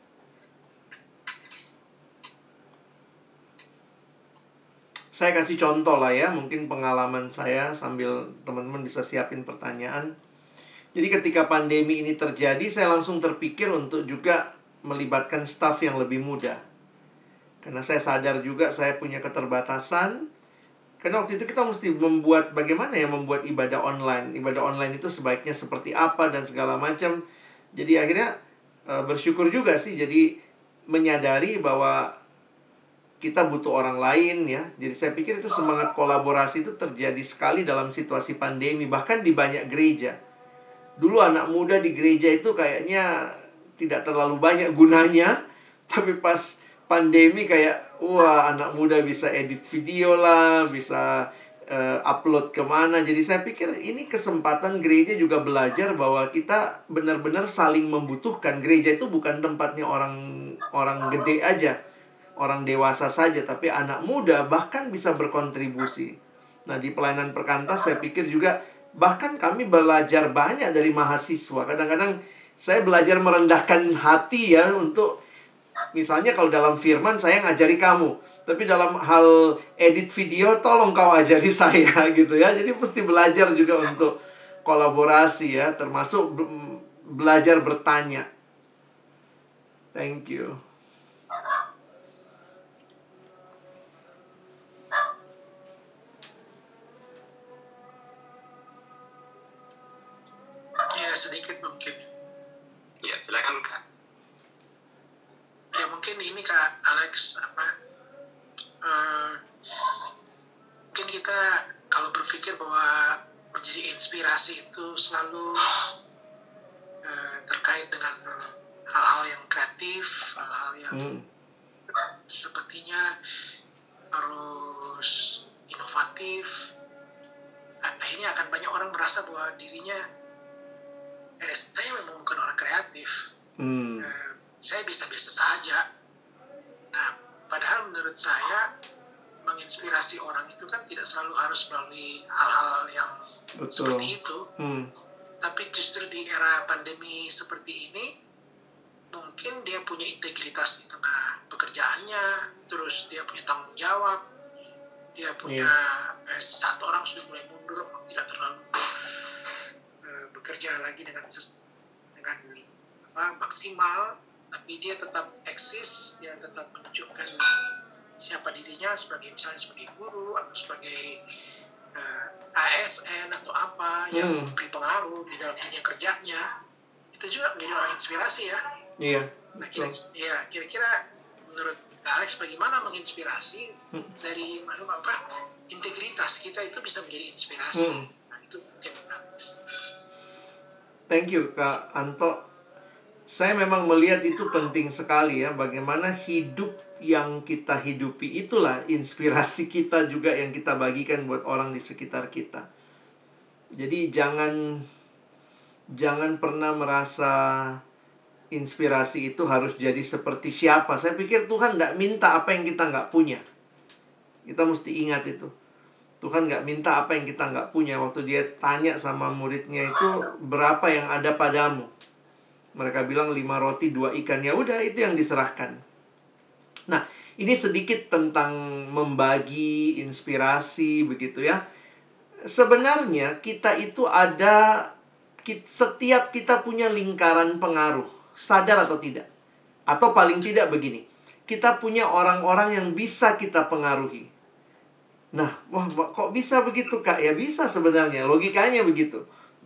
S2: Saya kasih contoh lah ya, mungkin pengalaman saya sambil teman-teman bisa siapin pertanyaan. Jadi ketika pandemi ini terjadi, saya langsung terpikir untuk juga melibatkan staf yang lebih muda. Karena saya sadar juga saya punya keterbatasan. Karena waktu itu kita mesti membuat bagaimana ya membuat ibadah online. Ibadah online itu sebaiknya seperti apa dan segala macam. Jadi akhirnya bersyukur juga sih. Jadi menyadari bahwa kita butuh orang lain ya. Jadi saya pikir itu semangat kolaborasi itu terjadi sekali dalam situasi pandemi. Bahkan di banyak gereja. Dulu anak muda di gereja itu kayaknya tidak terlalu banyak gunanya. Tapi pas pandemi kayak, wah anak muda bisa edit video lah, bisa upload kemana. Jadi saya pikir ini kesempatan gereja juga belajar bahwa kita benar-benar saling membutuhkan. Gereja itu bukan tempatnya orang gede aja, orang dewasa saja, tapi anak muda bahkan bisa berkontribusi. Nah di pelayanan perkantas saya pikir juga, bahkan kami belajar banyak dari mahasiswa. Kadang-kadang saya belajar merendahkan hati ya untuk, misalnya kalau dalam firman saya ngajari kamu, tapi dalam hal edit video tolong kau ajari saya gitu ya. Jadi mesti belajar juga untuk kolaborasi ya, termasuk belajar bertanya. Thank you.
S4: Ya sedikit mungkin.
S3: Ya, silakan Kak.
S4: Ya mungkin ini Kak Alex mungkin kita kalau berpikir bahwa menjadi inspirasi itu selalu terkait dengan hal-hal yang kreatif, hal-hal yang sepertinya harus inovatif. Akhirnya akan banyak orang merasa bahwa dirinya saya memang bukan orang kreatif. Saya bisa-bisa saja. Nah, padahal menurut saya menginspirasi orang itu kan tidak selalu harus melalui hal-hal yang seperti itu. Tapi justru di era pandemi seperti ini, mungkin dia punya integritas di tengah pekerjaannya, terus dia punya tanggung jawab, dia punya satu orang sudah mulai mundur, tidak terlalu bekerja lagi dengan maksimal, tapi dia tetap eksis, dia tetap menunjukkan siapa dirinya sebagai misalnya sebagai guru atau sebagai ASN atau apa yang memberi pengaruh di dalam dunia kerjanya. Itu juga menjadi orang inspirasi ya.
S2: Iya.
S4: Nah, kira-kira menurut Alex bagaimana menginspirasi dari integritas kita itu bisa menjadi inspirasi. Nah, itu mungkin Alex.
S2: Thank you Kak Anto. Saya memang melihat itu penting sekali ya. Bagaimana hidup yang kita hidupi itulah inspirasi kita juga yang kita bagikan buat orang di sekitar kita. Jadi jangan pernah merasa inspirasi itu harus jadi seperti siapa. Saya pikir Tuhan nggak minta apa yang kita nggak punya. Kita mesti ingat itu. Tuhan nggak minta apa yang kita nggak punya. Waktu dia tanya sama muridnya itu, berapa yang ada padamu? Mereka bilang 5 roti 2 ikan. Ya udah, itu yang diserahkan. Nah, ini sedikit tentang membagi inspirasi begitu ya. Sebenarnya kita itu setiap kita punya lingkaran pengaruh, sadar atau tidak. Atau paling tidak begini, kita punya orang-orang yang bisa kita pengaruhi. Nah, wah kok bisa begitu Kak? Ya bisa sebenarnya, logikanya begitu.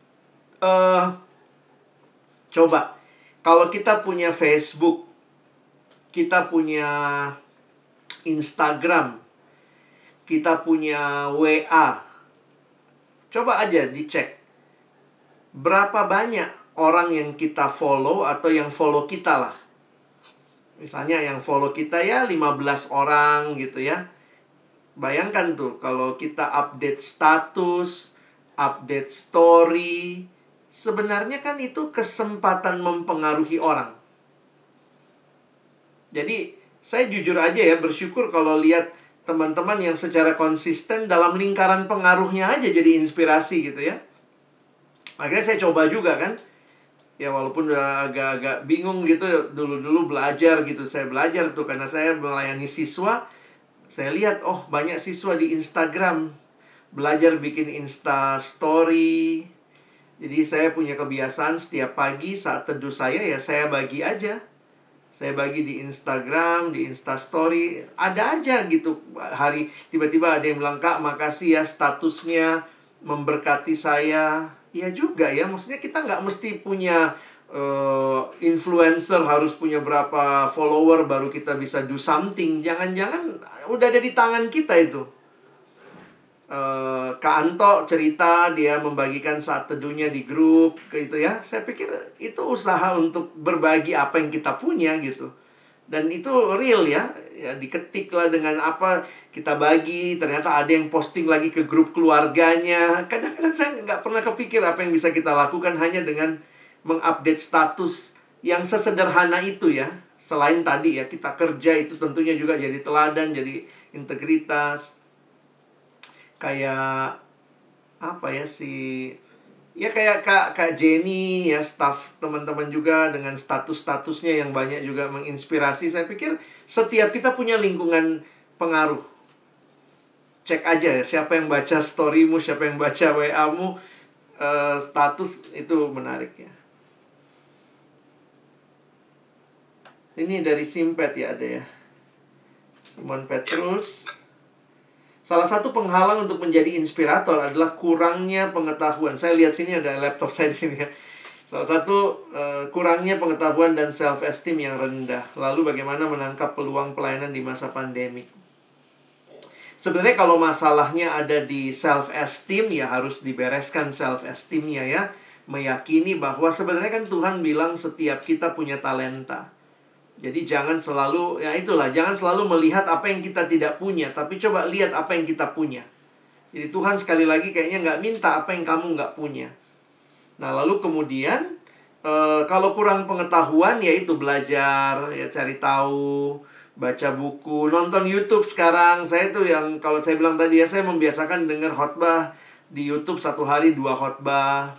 S2: Coba, kalau kita punya Facebook, kita punya Instagram, kita punya WA, coba aja dicek. Berapa banyak orang yang kita follow atau yang follow kita lah. Misalnya yang follow kita ya 15 orang gitu ya. Bayangkan tuh kalau kita update status, update story, sebenarnya kan itu kesempatan mempengaruhi orang. Jadi saya jujur aja ya, bersyukur kalau lihat teman-teman yang secara konsisten dalam lingkaran pengaruhnya aja jadi inspirasi gitu ya. Akhirnya saya coba juga kan. Ya walaupun udah agak-agak bingung gitu, dulu-dulu belajar gitu. Saya belajar tuh karena saya melayani siswa. Saya lihat, oh banyak siswa di Instagram belajar bikin Insta Story. Jadi saya punya kebiasaan setiap pagi saat teduh saya ya saya bagi aja. Saya bagi di Instagram, di Insta Story. Ada aja gitu hari tiba-tiba ada yang bilang, "Kak, makasih ya statusnya memberkati saya." Ya juga ya, maksudnya kita nggak mesti punya influencer harus punya berapa follower baru kita bisa do something. Jangan-jangan udah ada di tangan kita itu. Kak Anto cerita dia membagikan saat teduhnya di grup gitu ya. Saya pikir itu usaha untuk berbagi apa yang kita punya gitu. Dan itu real ya, diketik lah dengan apa kita bagi. Ternyata ada yang posting lagi ke grup keluarganya. Kadang-kadang saya nggak pernah kepikir apa yang bisa kita lakukan hanya dengan mengupdate status yang sesederhana itu ya. Selain tadi ya, kita kerja itu tentunya juga jadi teladan, jadi integritas. Kayak apa ya ya kayak Kak Jenny ya, staff teman-teman juga dengan status-statusnya yang banyak juga menginspirasi. Saya pikir setiap kita punya lingkungan pengaruh. Cek aja ya, siapa yang baca storymu, siapa yang baca WA-mu, status itu menarik ya. Ini dari Simpet ya ada ya. Simon Petrus. Salah satu penghalang untuk menjadi inspirator adalah kurangnya pengetahuan. Saya lihat sini ada laptop saya di sini ya. Salah satu kurangnya pengetahuan dan self-esteem yang rendah. Lalu bagaimana menangkap peluang pelayanan di masa pandemi. Sebenarnya kalau masalahnya ada di self-esteem ya harus dibereskan self-esteemnya ya. Meyakini bahwa sebenarnya kan Tuhan bilang setiap kita punya talenta. Jadi jangan selalu, ya itulah, jangan selalu melihat apa yang kita tidak punya, tapi coba lihat apa yang kita punya. Jadi Tuhan sekali lagi kayaknya nggak minta apa yang kamu nggak punya. Nah lalu kemudian, kalau kurang pengetahuan ya itu belajar, ya cari tahu, baca buku, nonton YouTube sekarang. Saya tuh yang, kalau saya bilang tadi ya, saya membiasakan dengar khotbah di YouTube 1 hari 2 khotbah.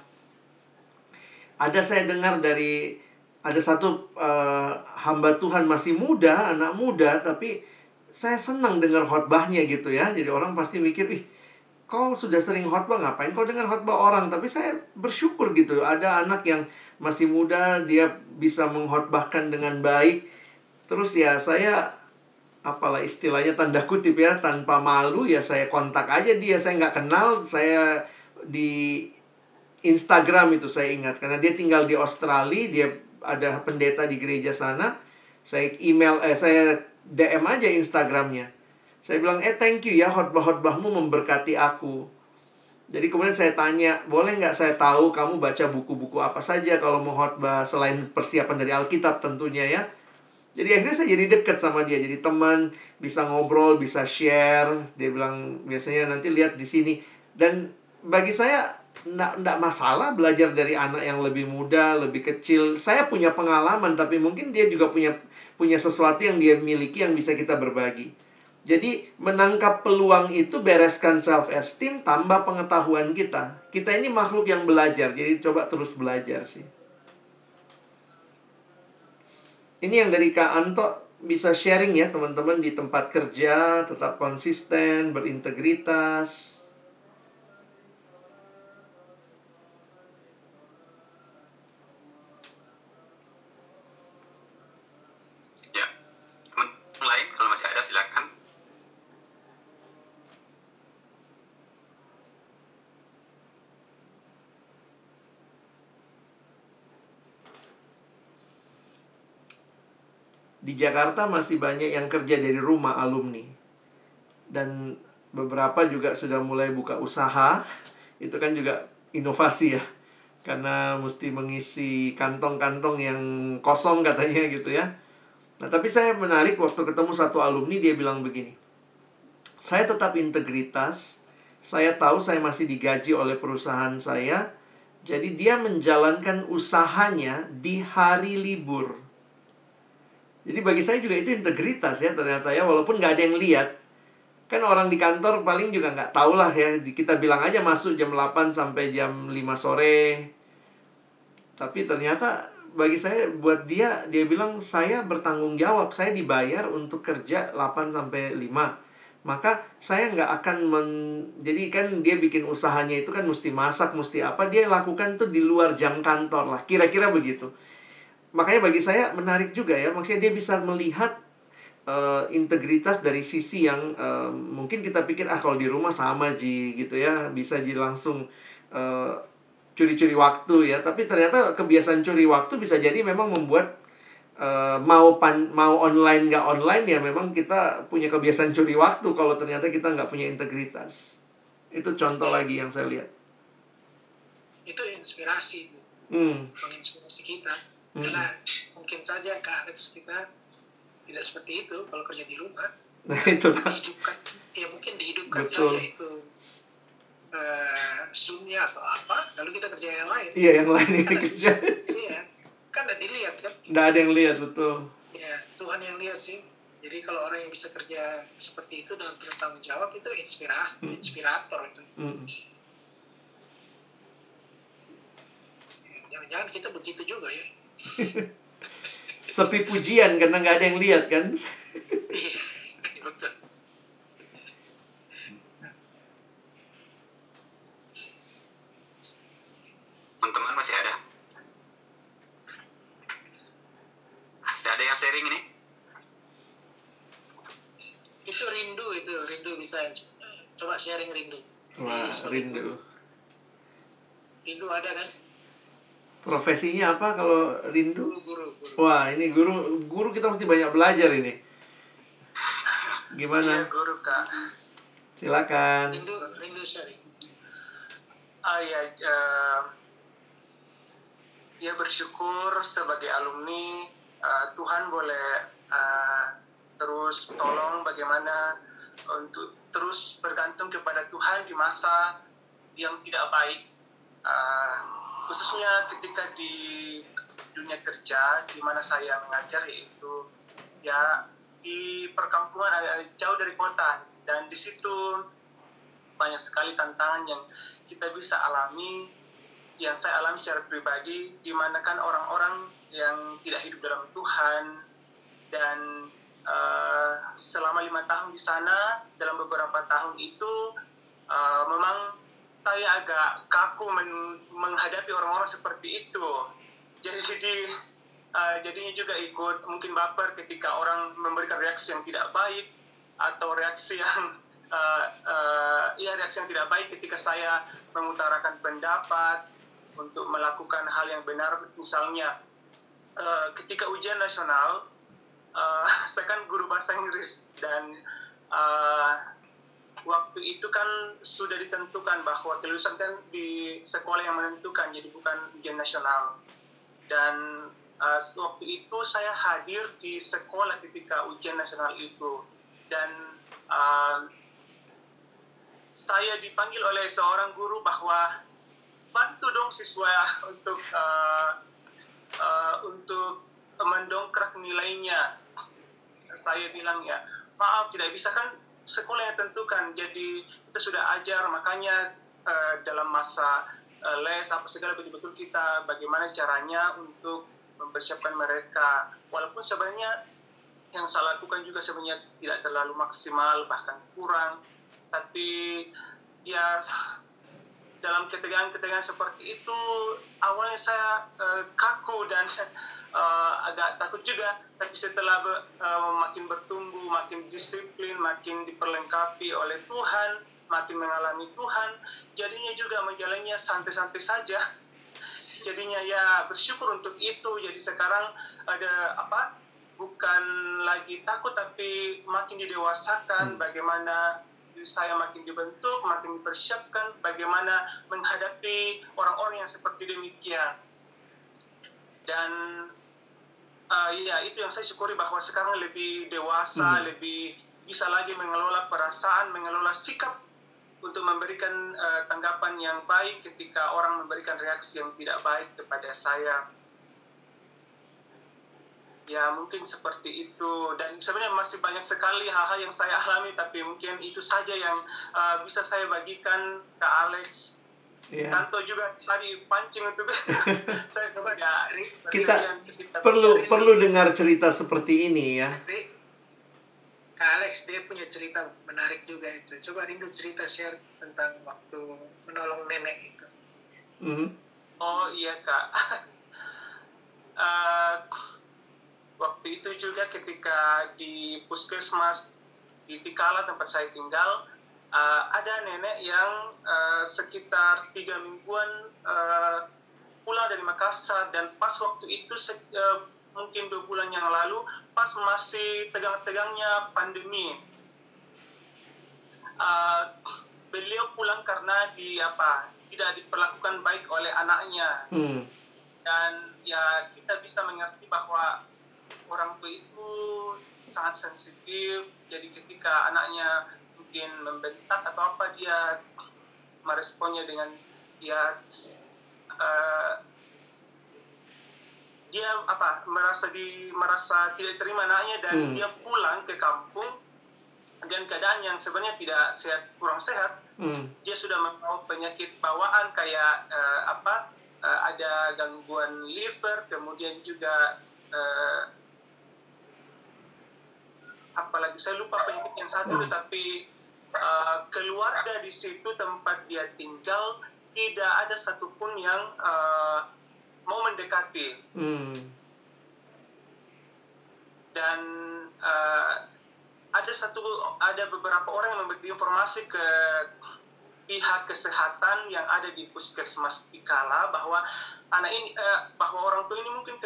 S2: Ada saya dengar dari... Ada satu hamba Tuhan masih muda, anak muda, tapi saya senang dengar khotbahnya gitu ya. Jadi orang pasti mikir, ih, kau sudah sering khotbah, ngapain kau dengar khotbah orang? Tapi saya bersyukur gitu, ada anak yang masih muda, dia bisa mengkhotbahkan dengan baik. Terus ya saya, apalah istilahnya tanda kutip ya, tanpa malu ya saya kontak aja dia. Saya nggak kenal, saya di Instagram itu saya ingat. Karena dia tinggal di Australia, dia ada pendeta di gereja sana. Saya saya DM aja Instagramnya. Saya bilang, thank you ya, khotbah-khotbahmu memberkati aku. Jadi kemudian saya tanya, boleh nggak saya tahu kamu baca buku-buku apa saja kalau mau khotbah, selain persiapan dari Alkitab tentunya ya. Jadi akhirnya saya jadi dekat sama dia, jadi teman, bisa ngobrol, bisa share. Dia bilang, biasanya nanti lihat di sini. Dan bagi saya Nggak masalah belajar dari anak yang lebih muda, lebih kecil. Saya punya pengalaman, tapi mungkin dia juga punya sesuatu yang dia miliki yang bisa kita berbagi. Jadi menangkap peluang itu, bereskan self-esteem, tambah pengetahuan kita. Kita ini makhluk yang belajar, jadi coba terus belajar sih. Ini yang dari Kak Anto, bisa sharing ya teman-teman di tempat kerja, tetap konsisten, berintegritas.
S3: Lain kalau masih ada silakan.
S2: Di Jakarta masih banyak yang kerja dari rumah alumni. Dan beberapa juga sudah mulai buka usaha. Itu kan juga inovasi ya. karena mesti mengisi kantong-kantong yang kosong katanya gitu ya. Nah, tapi saya menarik waktu ketemu satu alumni, dia bilang begini, saya tetap integritas, saya tahu saya masih digaji oleh perusahaan saya, jadi dia menjalankan usahanya di hari libur. Jadi bagi saya juga itu integritas ya ternyata ya, walaupun nggak ada yang lihat. Kan orang di kantor paling juga nggak tahu lah ya, kita bilang aja masuk jam 8 sampai jam 5 sore. Tapi ternyata bagi saya, buat dia bilang saya bertanggung jawab, saya dibayar untuk kerja 8 sampai 5. Maka saya nggak akan jadi kan dia bikin usahanya itu kan mesti masak, mesti apa, dia lakukan tuh di luar jam kantor lah, kira-kira begitu. Makanya bagi saya menarik juga ya, maksudnya dia bisa melihat integritas dari sisi yang mungkin kita pikir kalau di rumah sama gitu ya, bisa jadi langsung curi-curi waktu ya. Tapi ternyata kebiasaan curi waktu bisa jadi memang membuat mau online nggak online ya, memang kita punya kebiasaan curi waktu kalau ternyata kita nggak punya integritas. Itu contoh lagi yang saya lihat.
S4: Itu inspirasi, menginspirasi kita. Karena mungkin saja Kak Alex kita tidak seperti itu kalau kerja di rumah.
S2: Nah, itu
S4: dihidupkan, ya mungkin dihidupkan
S2: betul
S4: saja itu Zoom-nya atau apa, lalu kita kerja yang lain.
S2: Iya, yang lain yang kerja.
S4: Iya, kan nggak dilihat kan?
S2: Nggak ada yang lihat, betul.
S4: Ya, Tuhan yang lihat sih. Jadi kalau orang yang bisa kerja seperti itu dengan bertanggung jawab, itu inspirator itu. Jangan-jangan kita begitu juga ya.
S2: Sepi pujian karena nggak ada yang lihat kan.
S4: Iya, betul.
S3: Teman-teman masih ada? Ada yang sharing ini?
S4: Itu rindu bisa coba sharing rindu.
S2: Wah, rindu.
S4: Rindu ada kan?
S2: Profesinya apa kalau rindu?
S4: Guru.
S2: Wah, ini guru kita mesti banyak belajar ini. Gimana?
S5: Iya, guru Kak.
S2: Silakan.
S4: Rindu sharing.
S5: Ya bersyukur sebagai alumni Tuhan boleh terus tolong bagaimana untuk terus bergantung kepada Tuhan di masa yang tidak baik, khususnya ketika di dunia kerja di mana saya mengajar, yaitu ya di perkampungan jauh dari kota, dan di situ banyak sekali tantangan yang kita bisa alami, yang saya alami secara pribadi, di mana kan orang-orang yang tidak hidup dalam Tuhan. Dan selama 5 tahun di sana, dalam beberapa tahun itu memang saya agak kaku menghadapi orang-orang seperti itu. Jadinya juga ikut mungkin baper ketika orang memberikan reaksi yang tidak baik, atau reaksi yang reaksi yang tidak baik ketika saya mengutarakan pendapat untuk melakukan hal yang benar. Misalnya ketika ujian nasional, saya kan guru bahasa Inggris, dan waktu itu kan sudah ditentukan bahwa kelulusan kan di sekolah yang menentukan, jadi bukan ujian nasional. Dan waktu itu saya hadir di sekolah ketika ujian nasional itu, dan saya dipanggil oleh seorang guru bahwa bantu dong siswa untuk mendongkrak nilainya. Saya bilang ya maaf, tidak bisa, kan sekolah yang tentukan, jadi kita sudah ajar, makanya dalam masa les apa segala betul-betul kita bagaimana caranya untuk mempersiapkan mereka, walaupun sebenarnya yang saya lakukan juga sebenarnya tidak terlalu maksimal, bahkan kurang, tapi ya dalam ketegangan seperti itu awalnya saya kaku dan agak takut juga, tapi setelah makin bertumbuh, makin disiplin, makin diperlengkapi oleh Tuhan, makin mengalami Tuhan, jadinya juga menjalannya santai-santai saja. Jadinya ya bersyukur untuk itu. Jadi sekarang ada bukan lagi takut, tapi makin didewasakan bagaimana diri saya makin dibentuk, makin dipersiapkan bagaimana menghadapi orang-orang yang seperti demikian. Dan ya itu yang saya syukuri, bahwa sekarang lebih dewasa, lebih bisa lagi mengelola perasaan, mengelola sikap untuk memberikan tanggapan yang baik ketika orang memberikan reaksi yang tidak baik kepada saya. Ya mungkin seperti itu. Dan sebenarnya masih banyak sekali hal-hal yang saya alami, tapi mungkin itu saja yang bisa saya bagikan ke Alex. Tanto juga tadi pancing untuk saya coba ya,
S2: kita perlu dengar cerita seperti ini ya.
S4: Kak Alex dia punya cerita menarik juga itu. Coba Rindu cerita share tentang waktu menolong nenek itu.
S5: Oh iya Kak. Waktu itu juga ketika di puskesmas di Tikala tempat saya tinggal, ada nenek yang sekitar 3 mingguan pulang dari Makassar, dan pas waktu itu mungkin 2 bulan yang lalu, pas masih tegang-tegangnya pandemi, beliau pulang karena tidak diperlakukan baik oleh anaknya. Dan ya kita bisa mengerti bahwa orang tua itu sangat sensitif, jadi ketika anaknya mungkin membentak atau apa, dia meresponnya dengan dia merasa tidak terima anaknya, dan dia pulang ke kampung dengan keadaan yang sebenarnya tidak sehat, kurang sehat. Dia sudah membawa penyakit bawaan kayak ada gangguan liver, kemudian juga apalagi saya lupa penyakit yang satu, tetapi keluarga di situ tempat dia tinggal tidak ada satupun yang mau mendekati. Dan ada beberapa orang yang memberi informasi ke pihak kesehatan yang ada di puskesmas Tikala bahwa bahwa orang tua ini mungkin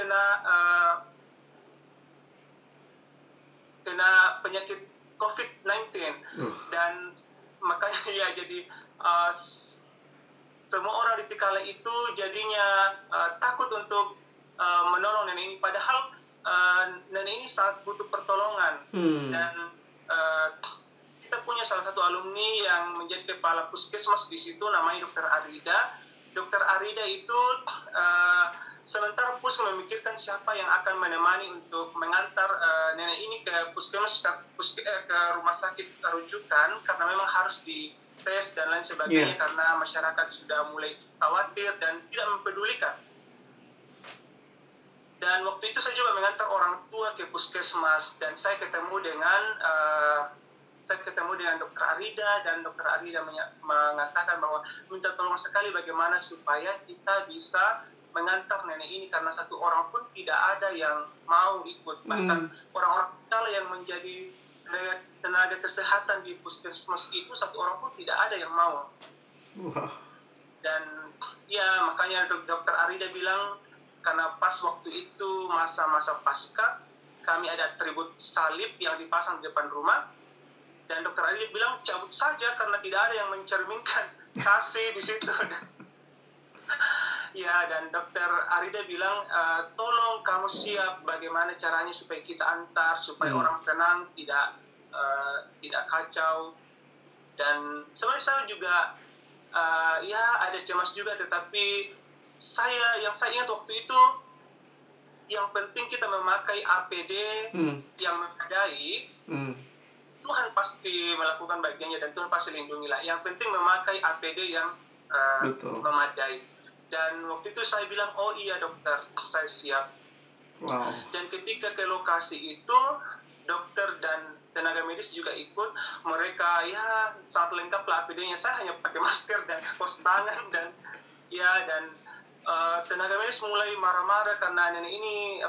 S5: kena penyakit COVID-19. Dan makanya ya jadi semua orang di Tikala itu jadinya takut untuk menolong nenek ini, padahal nenek ini sangat butuh pertolongan. Dan kita punya salah satu alumni yang menjadi kepala puskesmas di situ, namanya Dr. Arida. Dr. Arida itu sementara pus memikirkan siapa yang akan menemani untuk mengantar nenek ini ke puskesmas, ke rumah sakit rujukan, karena memang harus dites dan lain sebagainya, karena masyarakat sudah mulai khawatir dan tidak mempedulikan. Dan waktu itu saya juga mengantar orang tua ke puskesmas, dan saya ketemu dengan Dr. Arida, dan Dr. Arida mengatakan bahwa minta tolong sekali bagaimana supaya kita bisa mengantar nenek ini, karena satu orang pun tidak ada yang mau ikut. Bahkan orang-orang kita yang menjadi tenaga kesehatan di puskesmas itu, satu orang pun tidak ada yang mau. Dan ya makanya Dr. Arida bilang, karena pas waktu itu masa-masa pasca, kami ada atribut salib yang dipasang di depan rumah, dan Dr. Arida bilang cabut saja karena tidak ada yang mencerminkan kasih di situ. Ya, dan Dr. Arida bilang, tolong kamu siap bagaimana caranya supaya kita antar, supaya orang tenang, tidak kacau. Dan sebenarnya saya juga ya ada cemas juga, tetapi yang saya ingat waktu itu, yang penting kita memakai APD yang memadai. Tuhan pasti melakukan bagiannya dan Tuhan pasti lindungilah. Yang penting memakai APD yang memadai. Dan waktu itu saya bilang, oh iya dokter, saya siap. Dan ketika ke lokasi itu, dokter dan tenaga medis juga ikut. Mereka ya sangat lengkap lah APD-nya. Saya hanya pakai masker dan kaos tangan, dan tenaga medis mulai marah-marah karena nenek ini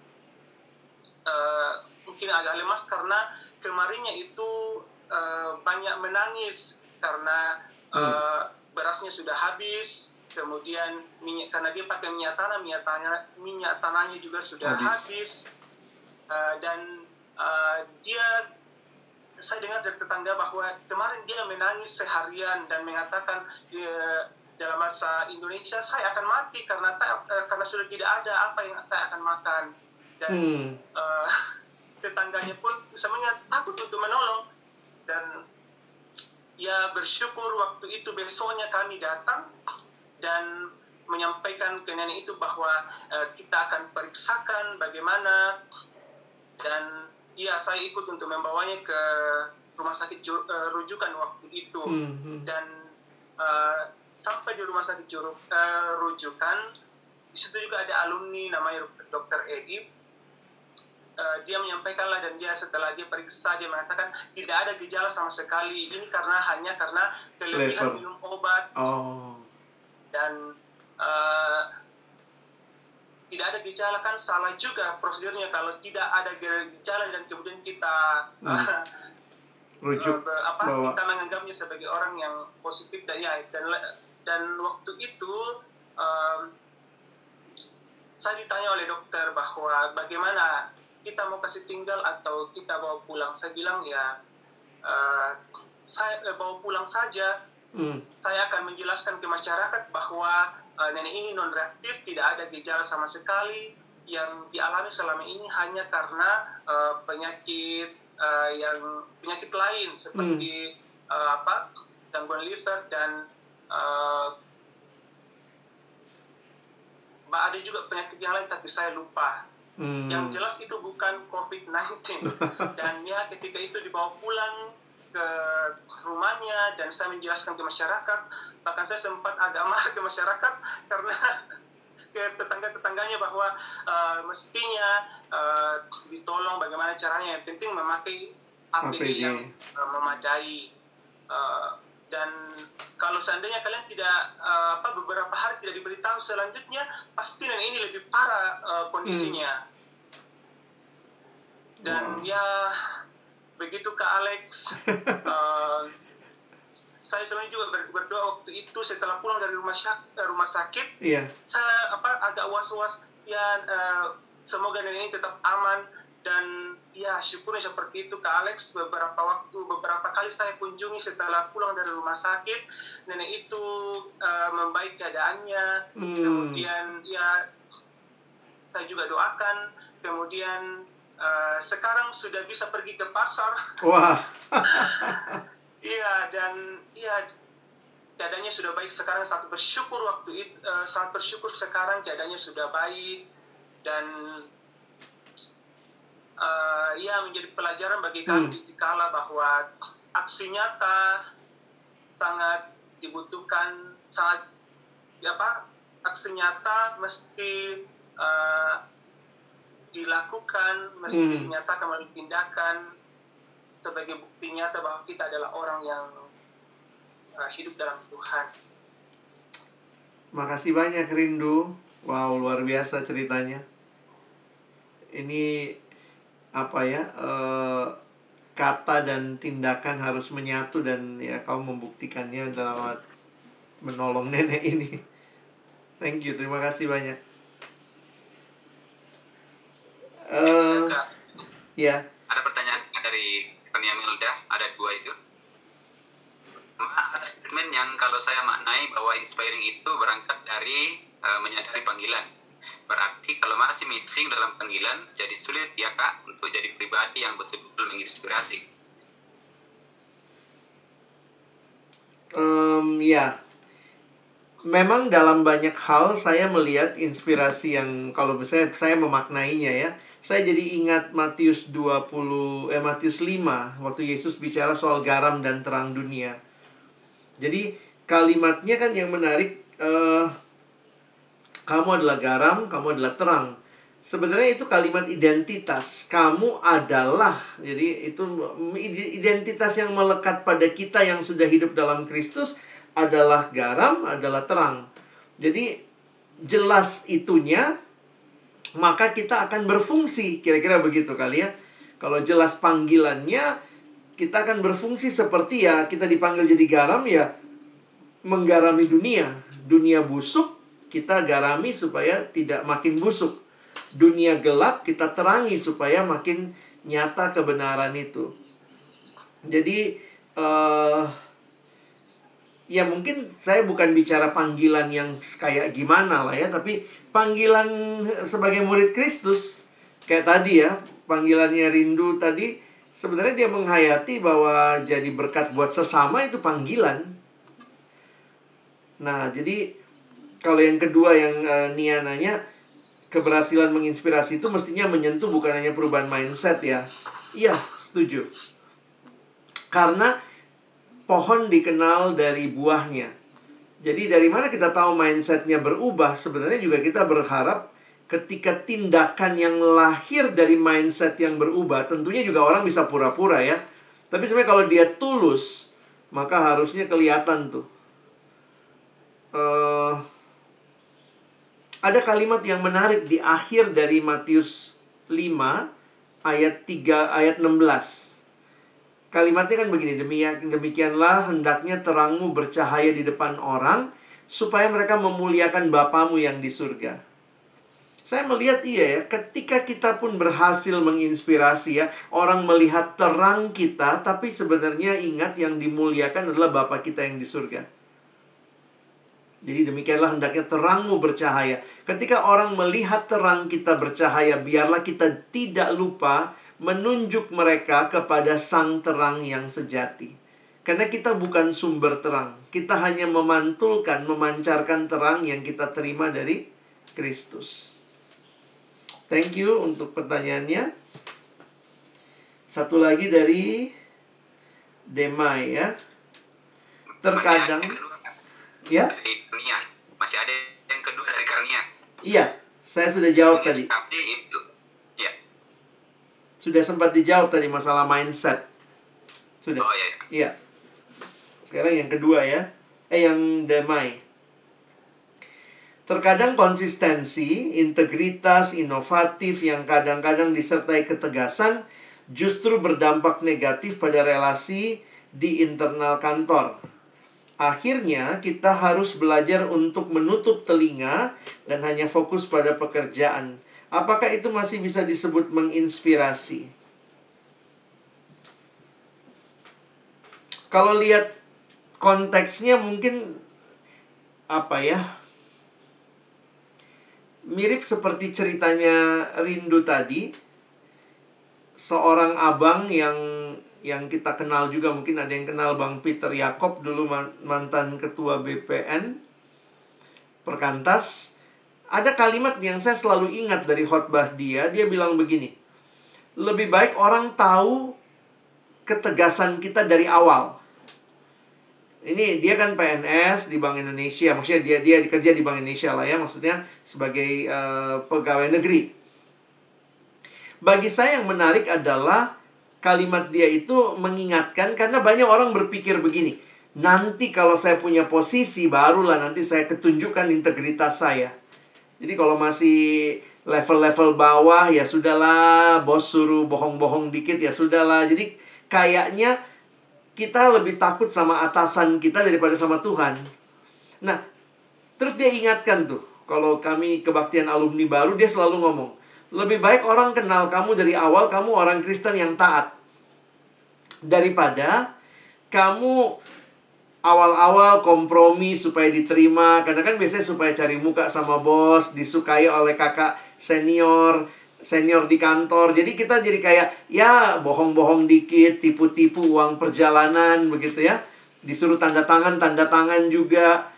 S5: mungkin agak lemas karena kemarinnya itu banyak menangis karena berasnya sudah habis, kemudian minyak, karena dia pakai minyak tanahnya juga sudah habis, dan dia saya dengar dari tetangga bahwa kemarin dia menangis seharian dan mengatakan dalam bahasa Indonesia, saya akan mati karena sudah tidak ada apa yang saya akan makan. Dan tetangganya pun sebenarnya takut untuk menolong. Dan ya bersyukur waktu itu besoknya kami datang dan menyampaikan ke nenek itu bahwa kita akan periksakan bagaimana. Dan ya saya ikut untuk membawanya ke rumah sakit rujukan waktu itu. Dan sampai di rumah sakit rujukan, di situ juga ada alumni namanya Dr. Edi. Dia menyampaikanlah, dan dia setelah dia periksa dia mengatakan tidak ada gejala sama sekali. Ini hanya karena kelebihan minum obat. Dan tidak ada gejala, kan salah juga prosedurnya kalau tidak ada gejala dan kemudian kita
S2: rujuk
S5: kita menganggapnya sebagai orang yang positif. Dan waktu itu saya ditanya oleh dokter bahwa bagaimana kita mau kasih tinggal atau kita bawa pulang. Saya bilang ya saya bawa pulang saja. Saya akan menjelaskan ke masyarakat bahwa nenek ini non-reaktif, tidak ada gejala sama sekali. Yang dialami selama ini hanya karena penyakit lain seperti gangguan liver dan ada juga penyakit yang lain tapi saya lupa. Yang jelas itu bukan COVID-19. Dan ya ketika itu dibawa pulang ke rumahnya dan saya menjelaskan ke masyarakat, bahkan saya sempat agak marah ke masyarakat karena ke tetangga-tetangganya bahwa mestinya ditolong bagaimana caranya, yang penting memakai APD yang memadai. Dan kalau seandainya kalian tidak beberapa hari tidak diberitahu selanjutnya, pasti yang ini lebih parah kondisinya. Dan ya begitu Kak Alex. Saya sebenarnya juga berdoa waktu itu setelah pulang dari rumah sakit. Saya agak was-was ya, semoga nenek ini tetap aman. Dan ya syukurnya seperti itu Kak Alex. Beberapa kali saya kunjungi setelah pulang dari rumah sakit, nenek itu membaik keadaannya. Kemudian ya saya juga doakan. Kemudian sekarang sudah bisa pergi ke pasar.
S2: Wah.
S5: Iya, dan iya keadaannya sudah baik sekarang. Sangat bersyukur sangat bersyukur sekarang keadaannya sudah baik. Dan ya menjadi pelajaran bagi kami dikala bahwa aksi nyata sangat dibutuhkan, aksi nyata mesti dilakukan, mesti dinyatakan melalui tindakan sebagai bukti nyata bahwa kita adalah orang yang hidup dalam Tuhan.
S2: Makasih banyak Rindu. Wow, luar biasa ceritanya. Ini kata dan tindakan harus menyatu, dan ya kau membuktikannya dalam menolong nenek ini. Thank you, terima kasih banyak. Ya.
S3: Ada pertanyaan dari Kania Milda, ada 2 itu. Ada statement yang kalau saya maknai bahwa inspiring itu berangkat dari menyadari panggilan. Berarti kalau masih missing dalam panggilan, jadi sulit ya Kak untuk jadi pribadi yang betul-betul menginspirasi.
S2: Ya, memang dalam banyak hal saya melihat inspirasi yang kalau saya memaknainya ya. Saya jadi ingat Matius 5 waktu Yesus bicara soal garam dan terang dunia. Jadi kalimatnya kan yang menarik, kamu adalah garam, kamu adalah terang. Sebenarnya itu kalimat identitas. Kamu adalah, jadi itu identitas yang melekat pada kita yang sudah hidup dalam Kristus adalah garam, adalah terang. Jadi jelas itunya, maka kita akan berfungsi. Kira-kira begitu kali ya. Kalau jelas panggilannya, kita akan berfungsi seperti ya kita dipanggil jadi garam ya, menggarami dunia. Dunia busuk, kita garami supaya tidak makin busuk. Dunia gelap, kita terangi supaya makin nyata kebenaran itu. Jadi ya mungkin saya bukan bicara panggilan yang kayak gimana lah ya, tapi panggilan sebagai murid Kristus kayak tadi ya, panggilannya rindu tadi, sebenarnya dia menghayati bahwa jadi berkat buat sesama itu panggilan. Nah, jadi kalau yang kedua yang Nia nanya, keberhasilan menginspirasi itu mestinya menyentuh bukan hanya perubahan mindset ya. Iya, setuju. Karena pohon dikenal dari buahnya. Jadi dari mana kita tahu mindsetnya berubah? Sebenarnya juga kita berharap ketika tindakan yang lahir dari mindset yang berubah, tentunya juga orang bisa pura-pura ya. Tapi sebenarnya kalau dia tulus, maka harusnya kelihatan tuh. Ada kalimat yang menarik di akhir dari Matius 5 ayat 3 ayat 16. Kalimatnya kan begini, demikianlah hendaknya terangmu bercahaya di depan orang, supaya mereka memuliakan Bapamu yang di surga. Saya melihat iya ya, ketika kita pun berhasil menginspirasi ya, orang melihat terang kita, tapi sebenarnya ingat yang dimuliakan adalah Bapa kita yang di surga. Jadi demikianlah hendaknya terangmu bercahaya. Ketika orang melihat terang kita bercahaya, biarlah kita tidak lupa menunjuk mereka kepada sang terang yang sejati. Karena kita bukan sumber terang. Kita hanya memantulkan, memancarkan terang yang kita terima dari Kristus. Thank you untuk pertanyaannya. Satu lagi dari Demai ya. Terkadang ya.
S3: Dari Karnia. Masih ada yang kedua dari Karnia.
S2: Iya, saya sudah jawab tadi.
S3: Itu. Ya.
S2: Sudah sempat dijawab tadi masalah mindset. Sudah.
S3: Oh iya.
S2: Iya. Sekarang yang kedua ya. Yang Demai. Terkadang konsistensi, integritas, inovatif yang kadang-kadang disertai ketegasan justru berdampak negatif pada relasi di internal kantor. Akhirnya kita harus belajar untuk menutup telinga dan hanya fokus pada pekerjaan. Apakah itu masih bisa disebut menginspirasi? Kalau lihat konteksnya mungkin apa ya? Mirip seperti ceritanya Rindu tadi. Seorang abang yang kita kenal juga, mungkin ada yang kenal Bang Peter Yakob, dulu mantan ketua BPN Perkantas. Ada kalimat yang saya selalu ingat dari khotbah dia. Dia bilang begini, lebih baik orang tahu ketegasan kita dari awal. Ini dia kan PNS di Bank Indonesia. Maksudnya dia kerja di Bank Indonesia lah ya. Maksudnya sebagai pegawai negeri. Bagi saya yang menarik adalah kalimat dia itu mengingatkan, karena banyak orang berpikir begini, nanti kalau saya punya posisi, barulah nanti saya ketunjukkan integritas saya. Jadi kalau masih level-level bawah, ya sudahlah, bos suruh bohong-bohong dikit, ya sudahlah. Jadi kayaknya kita lebih takut sama atasan kita daripada sama Tuhan. Nah, terus dia ingatkan tuh, kalau kami kebaktian alumni baru, dia selalu ngomong, lebih baik orang kenal kamu dari awal, kamu orang Kristen yang taat, daripada kamu awal-awal kompromi supaya diterima. Karena kan biasanya supaya cari muka sama bos, disukai oleh kakak senior di kantor. Jadi kita jadi kayak, ya bohong-bohong dikit, tipu-tipu uang perjalanan, begitu ya. Disuruh tanda tangan juga.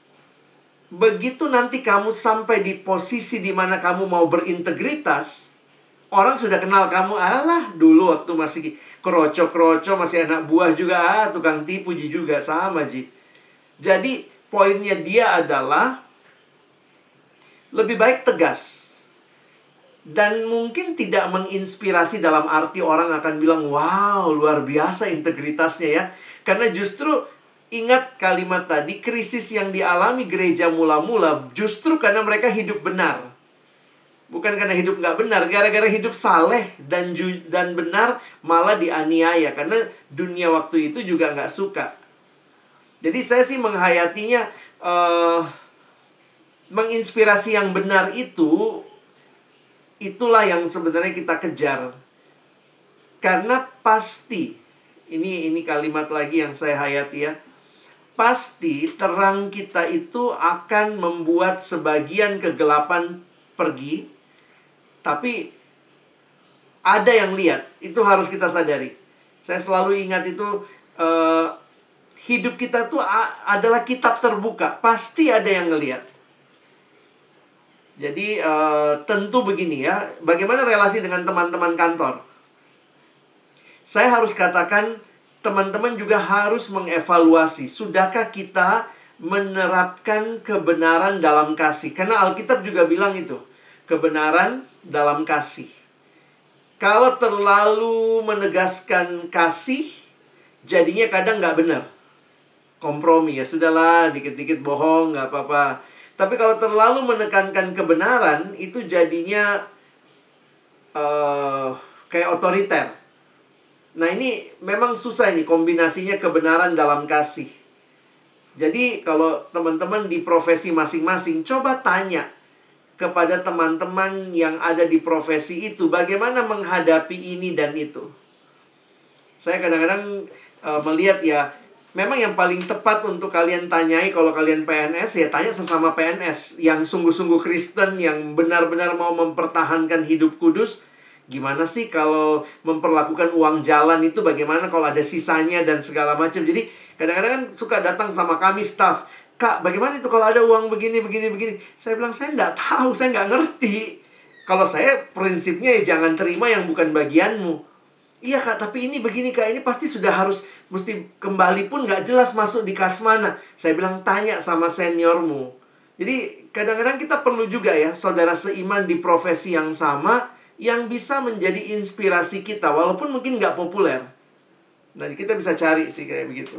S2: Begitu nanti kamu sampai di posisi di mana kamu mau berintegritas, orang sudah kenal kamu, alah dulu waktu masih kroco-kroco, masih anak buah juga, tukang tipu juga, sama Ji. Jadi poinnya dia adalah lebih baik tegas. Dan mungkin tidak menginspirasi dalam arti orang akan bilang, wow luar biasa integritasnya ya. Karena justru ingat kalimat tadi, krisis yang dialami gereja mula-mula justru karena mereka hidup benar. Bukan karena hidup nggak benar. Gara-gara hidup saleh dan benar malah dianiaya. Karena dunia waktu itu juga nggak suka. Jadi saya sih menghayatinya, menginspirasi yang benar itu, itulah yang sebenarnya kita kejar. Karena pasti Ini kalimat lagi yang saya hayati ya. Pasti terang kita itu akan membuat sebagian kegelapan pergi, tapi ada yang lihat. Itu harus kita sadari. Saya selalu ingat itu, hidup kita tuh adalah kitab terbuka. Pasti ada yang ngelihat. Jadi tentu begini ya, bagaimana relasi dengan teman-teman kantor? Saya harus katakan, teman-teman juga harus mengevaluasi, sudahkah kita menerapkan kebenaran dalam kasih? Karena Alkitab juga bilang itu, kebenaran dalam kasih. Kalau terlalu menegaskan kasih, jadinya kadang nggak benar. Kompromi, ya sudahlah, dikit-dikit bohong, nggak apa-apa. Tapi kalau terlalu menekankan kebenaran, itu jadinya kayak otoriter. Nah, ini memang susah nih kombinasinya kebenaran dalam kasih. Jadi kalau teman-teman di profesi masing-masing, coba tanya kepada teman-teman yang ada di profesi itu, bagaimana menghadapi ini dan itu. Saya kadang-kadang melihat ya, memang yang paling tepat untuk kalian tanyai kalau kalian PNS, ya tanya sesama PNS yang sungguh-sungguh Kristen, yang benar-benar mau mempertahankan hidup kudus. Gimana sih kalau memperlakukan uang jalan itu, bagaimana kalau ada sisanya dan segala macam. Jadi kadang-kadang kan suka datang sama kami staff, Kak, bagaimana itu kalau ada uang begini. Saya bilang, saya nggak tahu, saya nggak ngerti. Kalau saya prinsipnya ya jangan terima yang bukan bagianmu. Iya Kak, tapi ini begini Kak, ini pasti sudah harus, mesti kembali pun nggak jelas masuk di kas mana. Saya bilang, tanya sama seniormu. Jadi kadang-kadang kita perlu juga ya, saudara seiman di profesi yang sama, yang bisa menjadi inspirasi kita, walaupun mungkin nggak populer. Nah, kita bisa cari sih kayak begitu.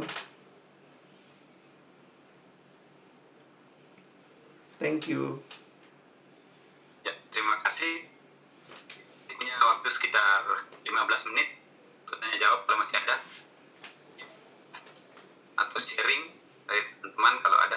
S2: Thank you.
S3: Ya, terima kasih. Punya waktu sekitar 15 menit untuk tanya jawab kalau masih ada. Atau sharing dari teman-teman kalau ada.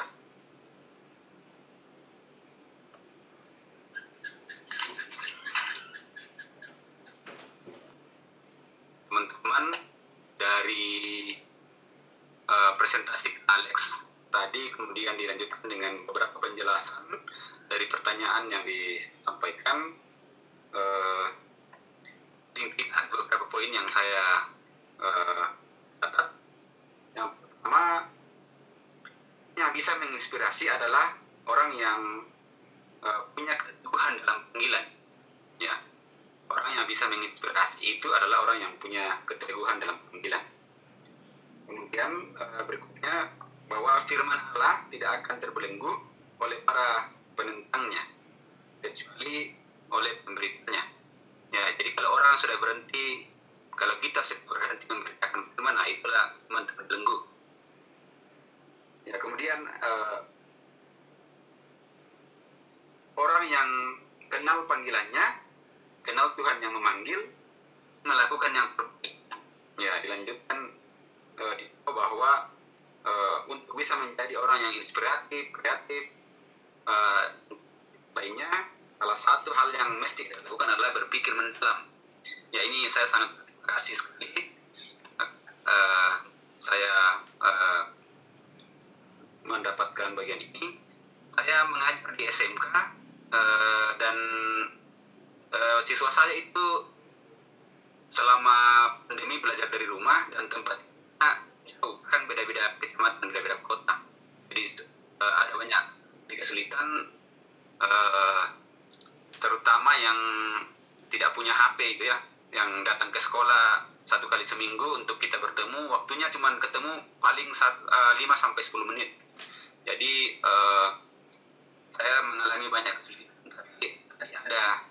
S3: Teman-teman, dari presentasi Alex tadi kemudian dilanjutkan dengan beberapa penjelasan dari pertanyaan yang disampaikan, mungkin ada beberapa poin yang saya catat. Yang pertama, yang bisa menginspirasi adalah orang yang punya keteguhan dalam panggilan. Ya, orang yang bisa menginspirasi itu adalah orang yang punya keteguhan dalam panggilan. Kemudian berikutnya, bahwa firman Allah tidak akan terbelenggu oleh para penentangnya, kecuali oleh pemberitanya. Ya, jadi kalau orang sudah berhenti, kalau kita sudah berhenti memberitakan firman, nah itulah firman terbelenggu. Ya, kemudian orang yang kenal panggilannya, kenal Tuhan yang memanggil, melakukan yang terbaik. Ya, dilanjutkan bahwa untuk bisa menjadi orang yang inspiratif, kreatif, lainnya, salah satu hal yang mesti kita lakukan adalah berpikir mendalam. Ya, ini saya sangat berterima kasih sekali. Saya mendapatkan bagian ini. Saya mengajar di SMK dan siswa saya itu selama pandemi belajar dari rumah, dan tempatnya jauh, kan beda-beda kecamatan, beda-beda kota. Jadi ada banyak kesulitan, terutama yang tidak punya HP itu ya, yang datang ke sekolah 1 kali seminggu untuk kita bertemu, waktunya cuma ketemu paling 5-10 menit. Jadi saya mengalami banyak kesulitan, tapi ada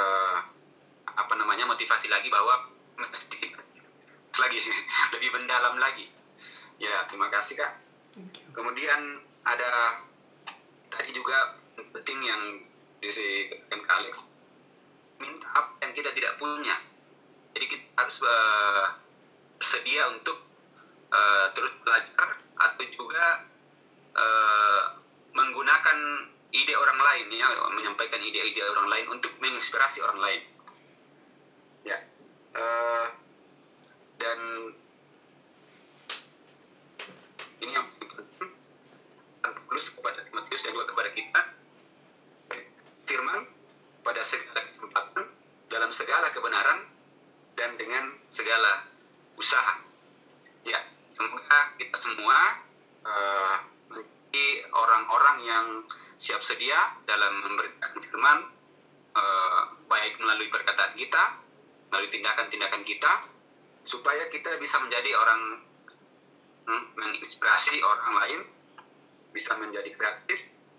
S3: motivasi lagi bahwa mesti lagi lebih mendalam lagi. Ya, terima kasih Kak. Kemudian ada tadi juga penting yang disebutkan Kak Alex, minta apa yang kita tidak punya. Jadi kita harus bersedia untuk terus belajar, atau juga menggunakan ide orang lain, ya, menyampaikan ide-ide orang lain untuk menginspirasi orang lain. Ya, dan kepada kita firman pada segala kesempatan, dalam segala kebenaran, dan dengan segala usaha. Ya, semoga kita semua menjadi orang-orang yang siap sedia dalam memberitakan firman, baik melalui perkataan kita, melalui tindakan-tindakan kita, supaya kita bisa menjadi orang menginspirasi orang lain, bisa menjadi kreatif,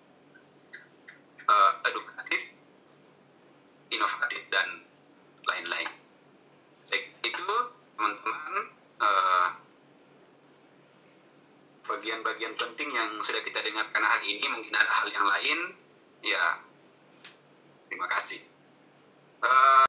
S3: edukatif, inovatif, dan lain-lain. Itu teman-teman bagian-bagian penting yang sudah kita dengarkan hari ini. Mungkin ada hal yang lain, ya terima kasih.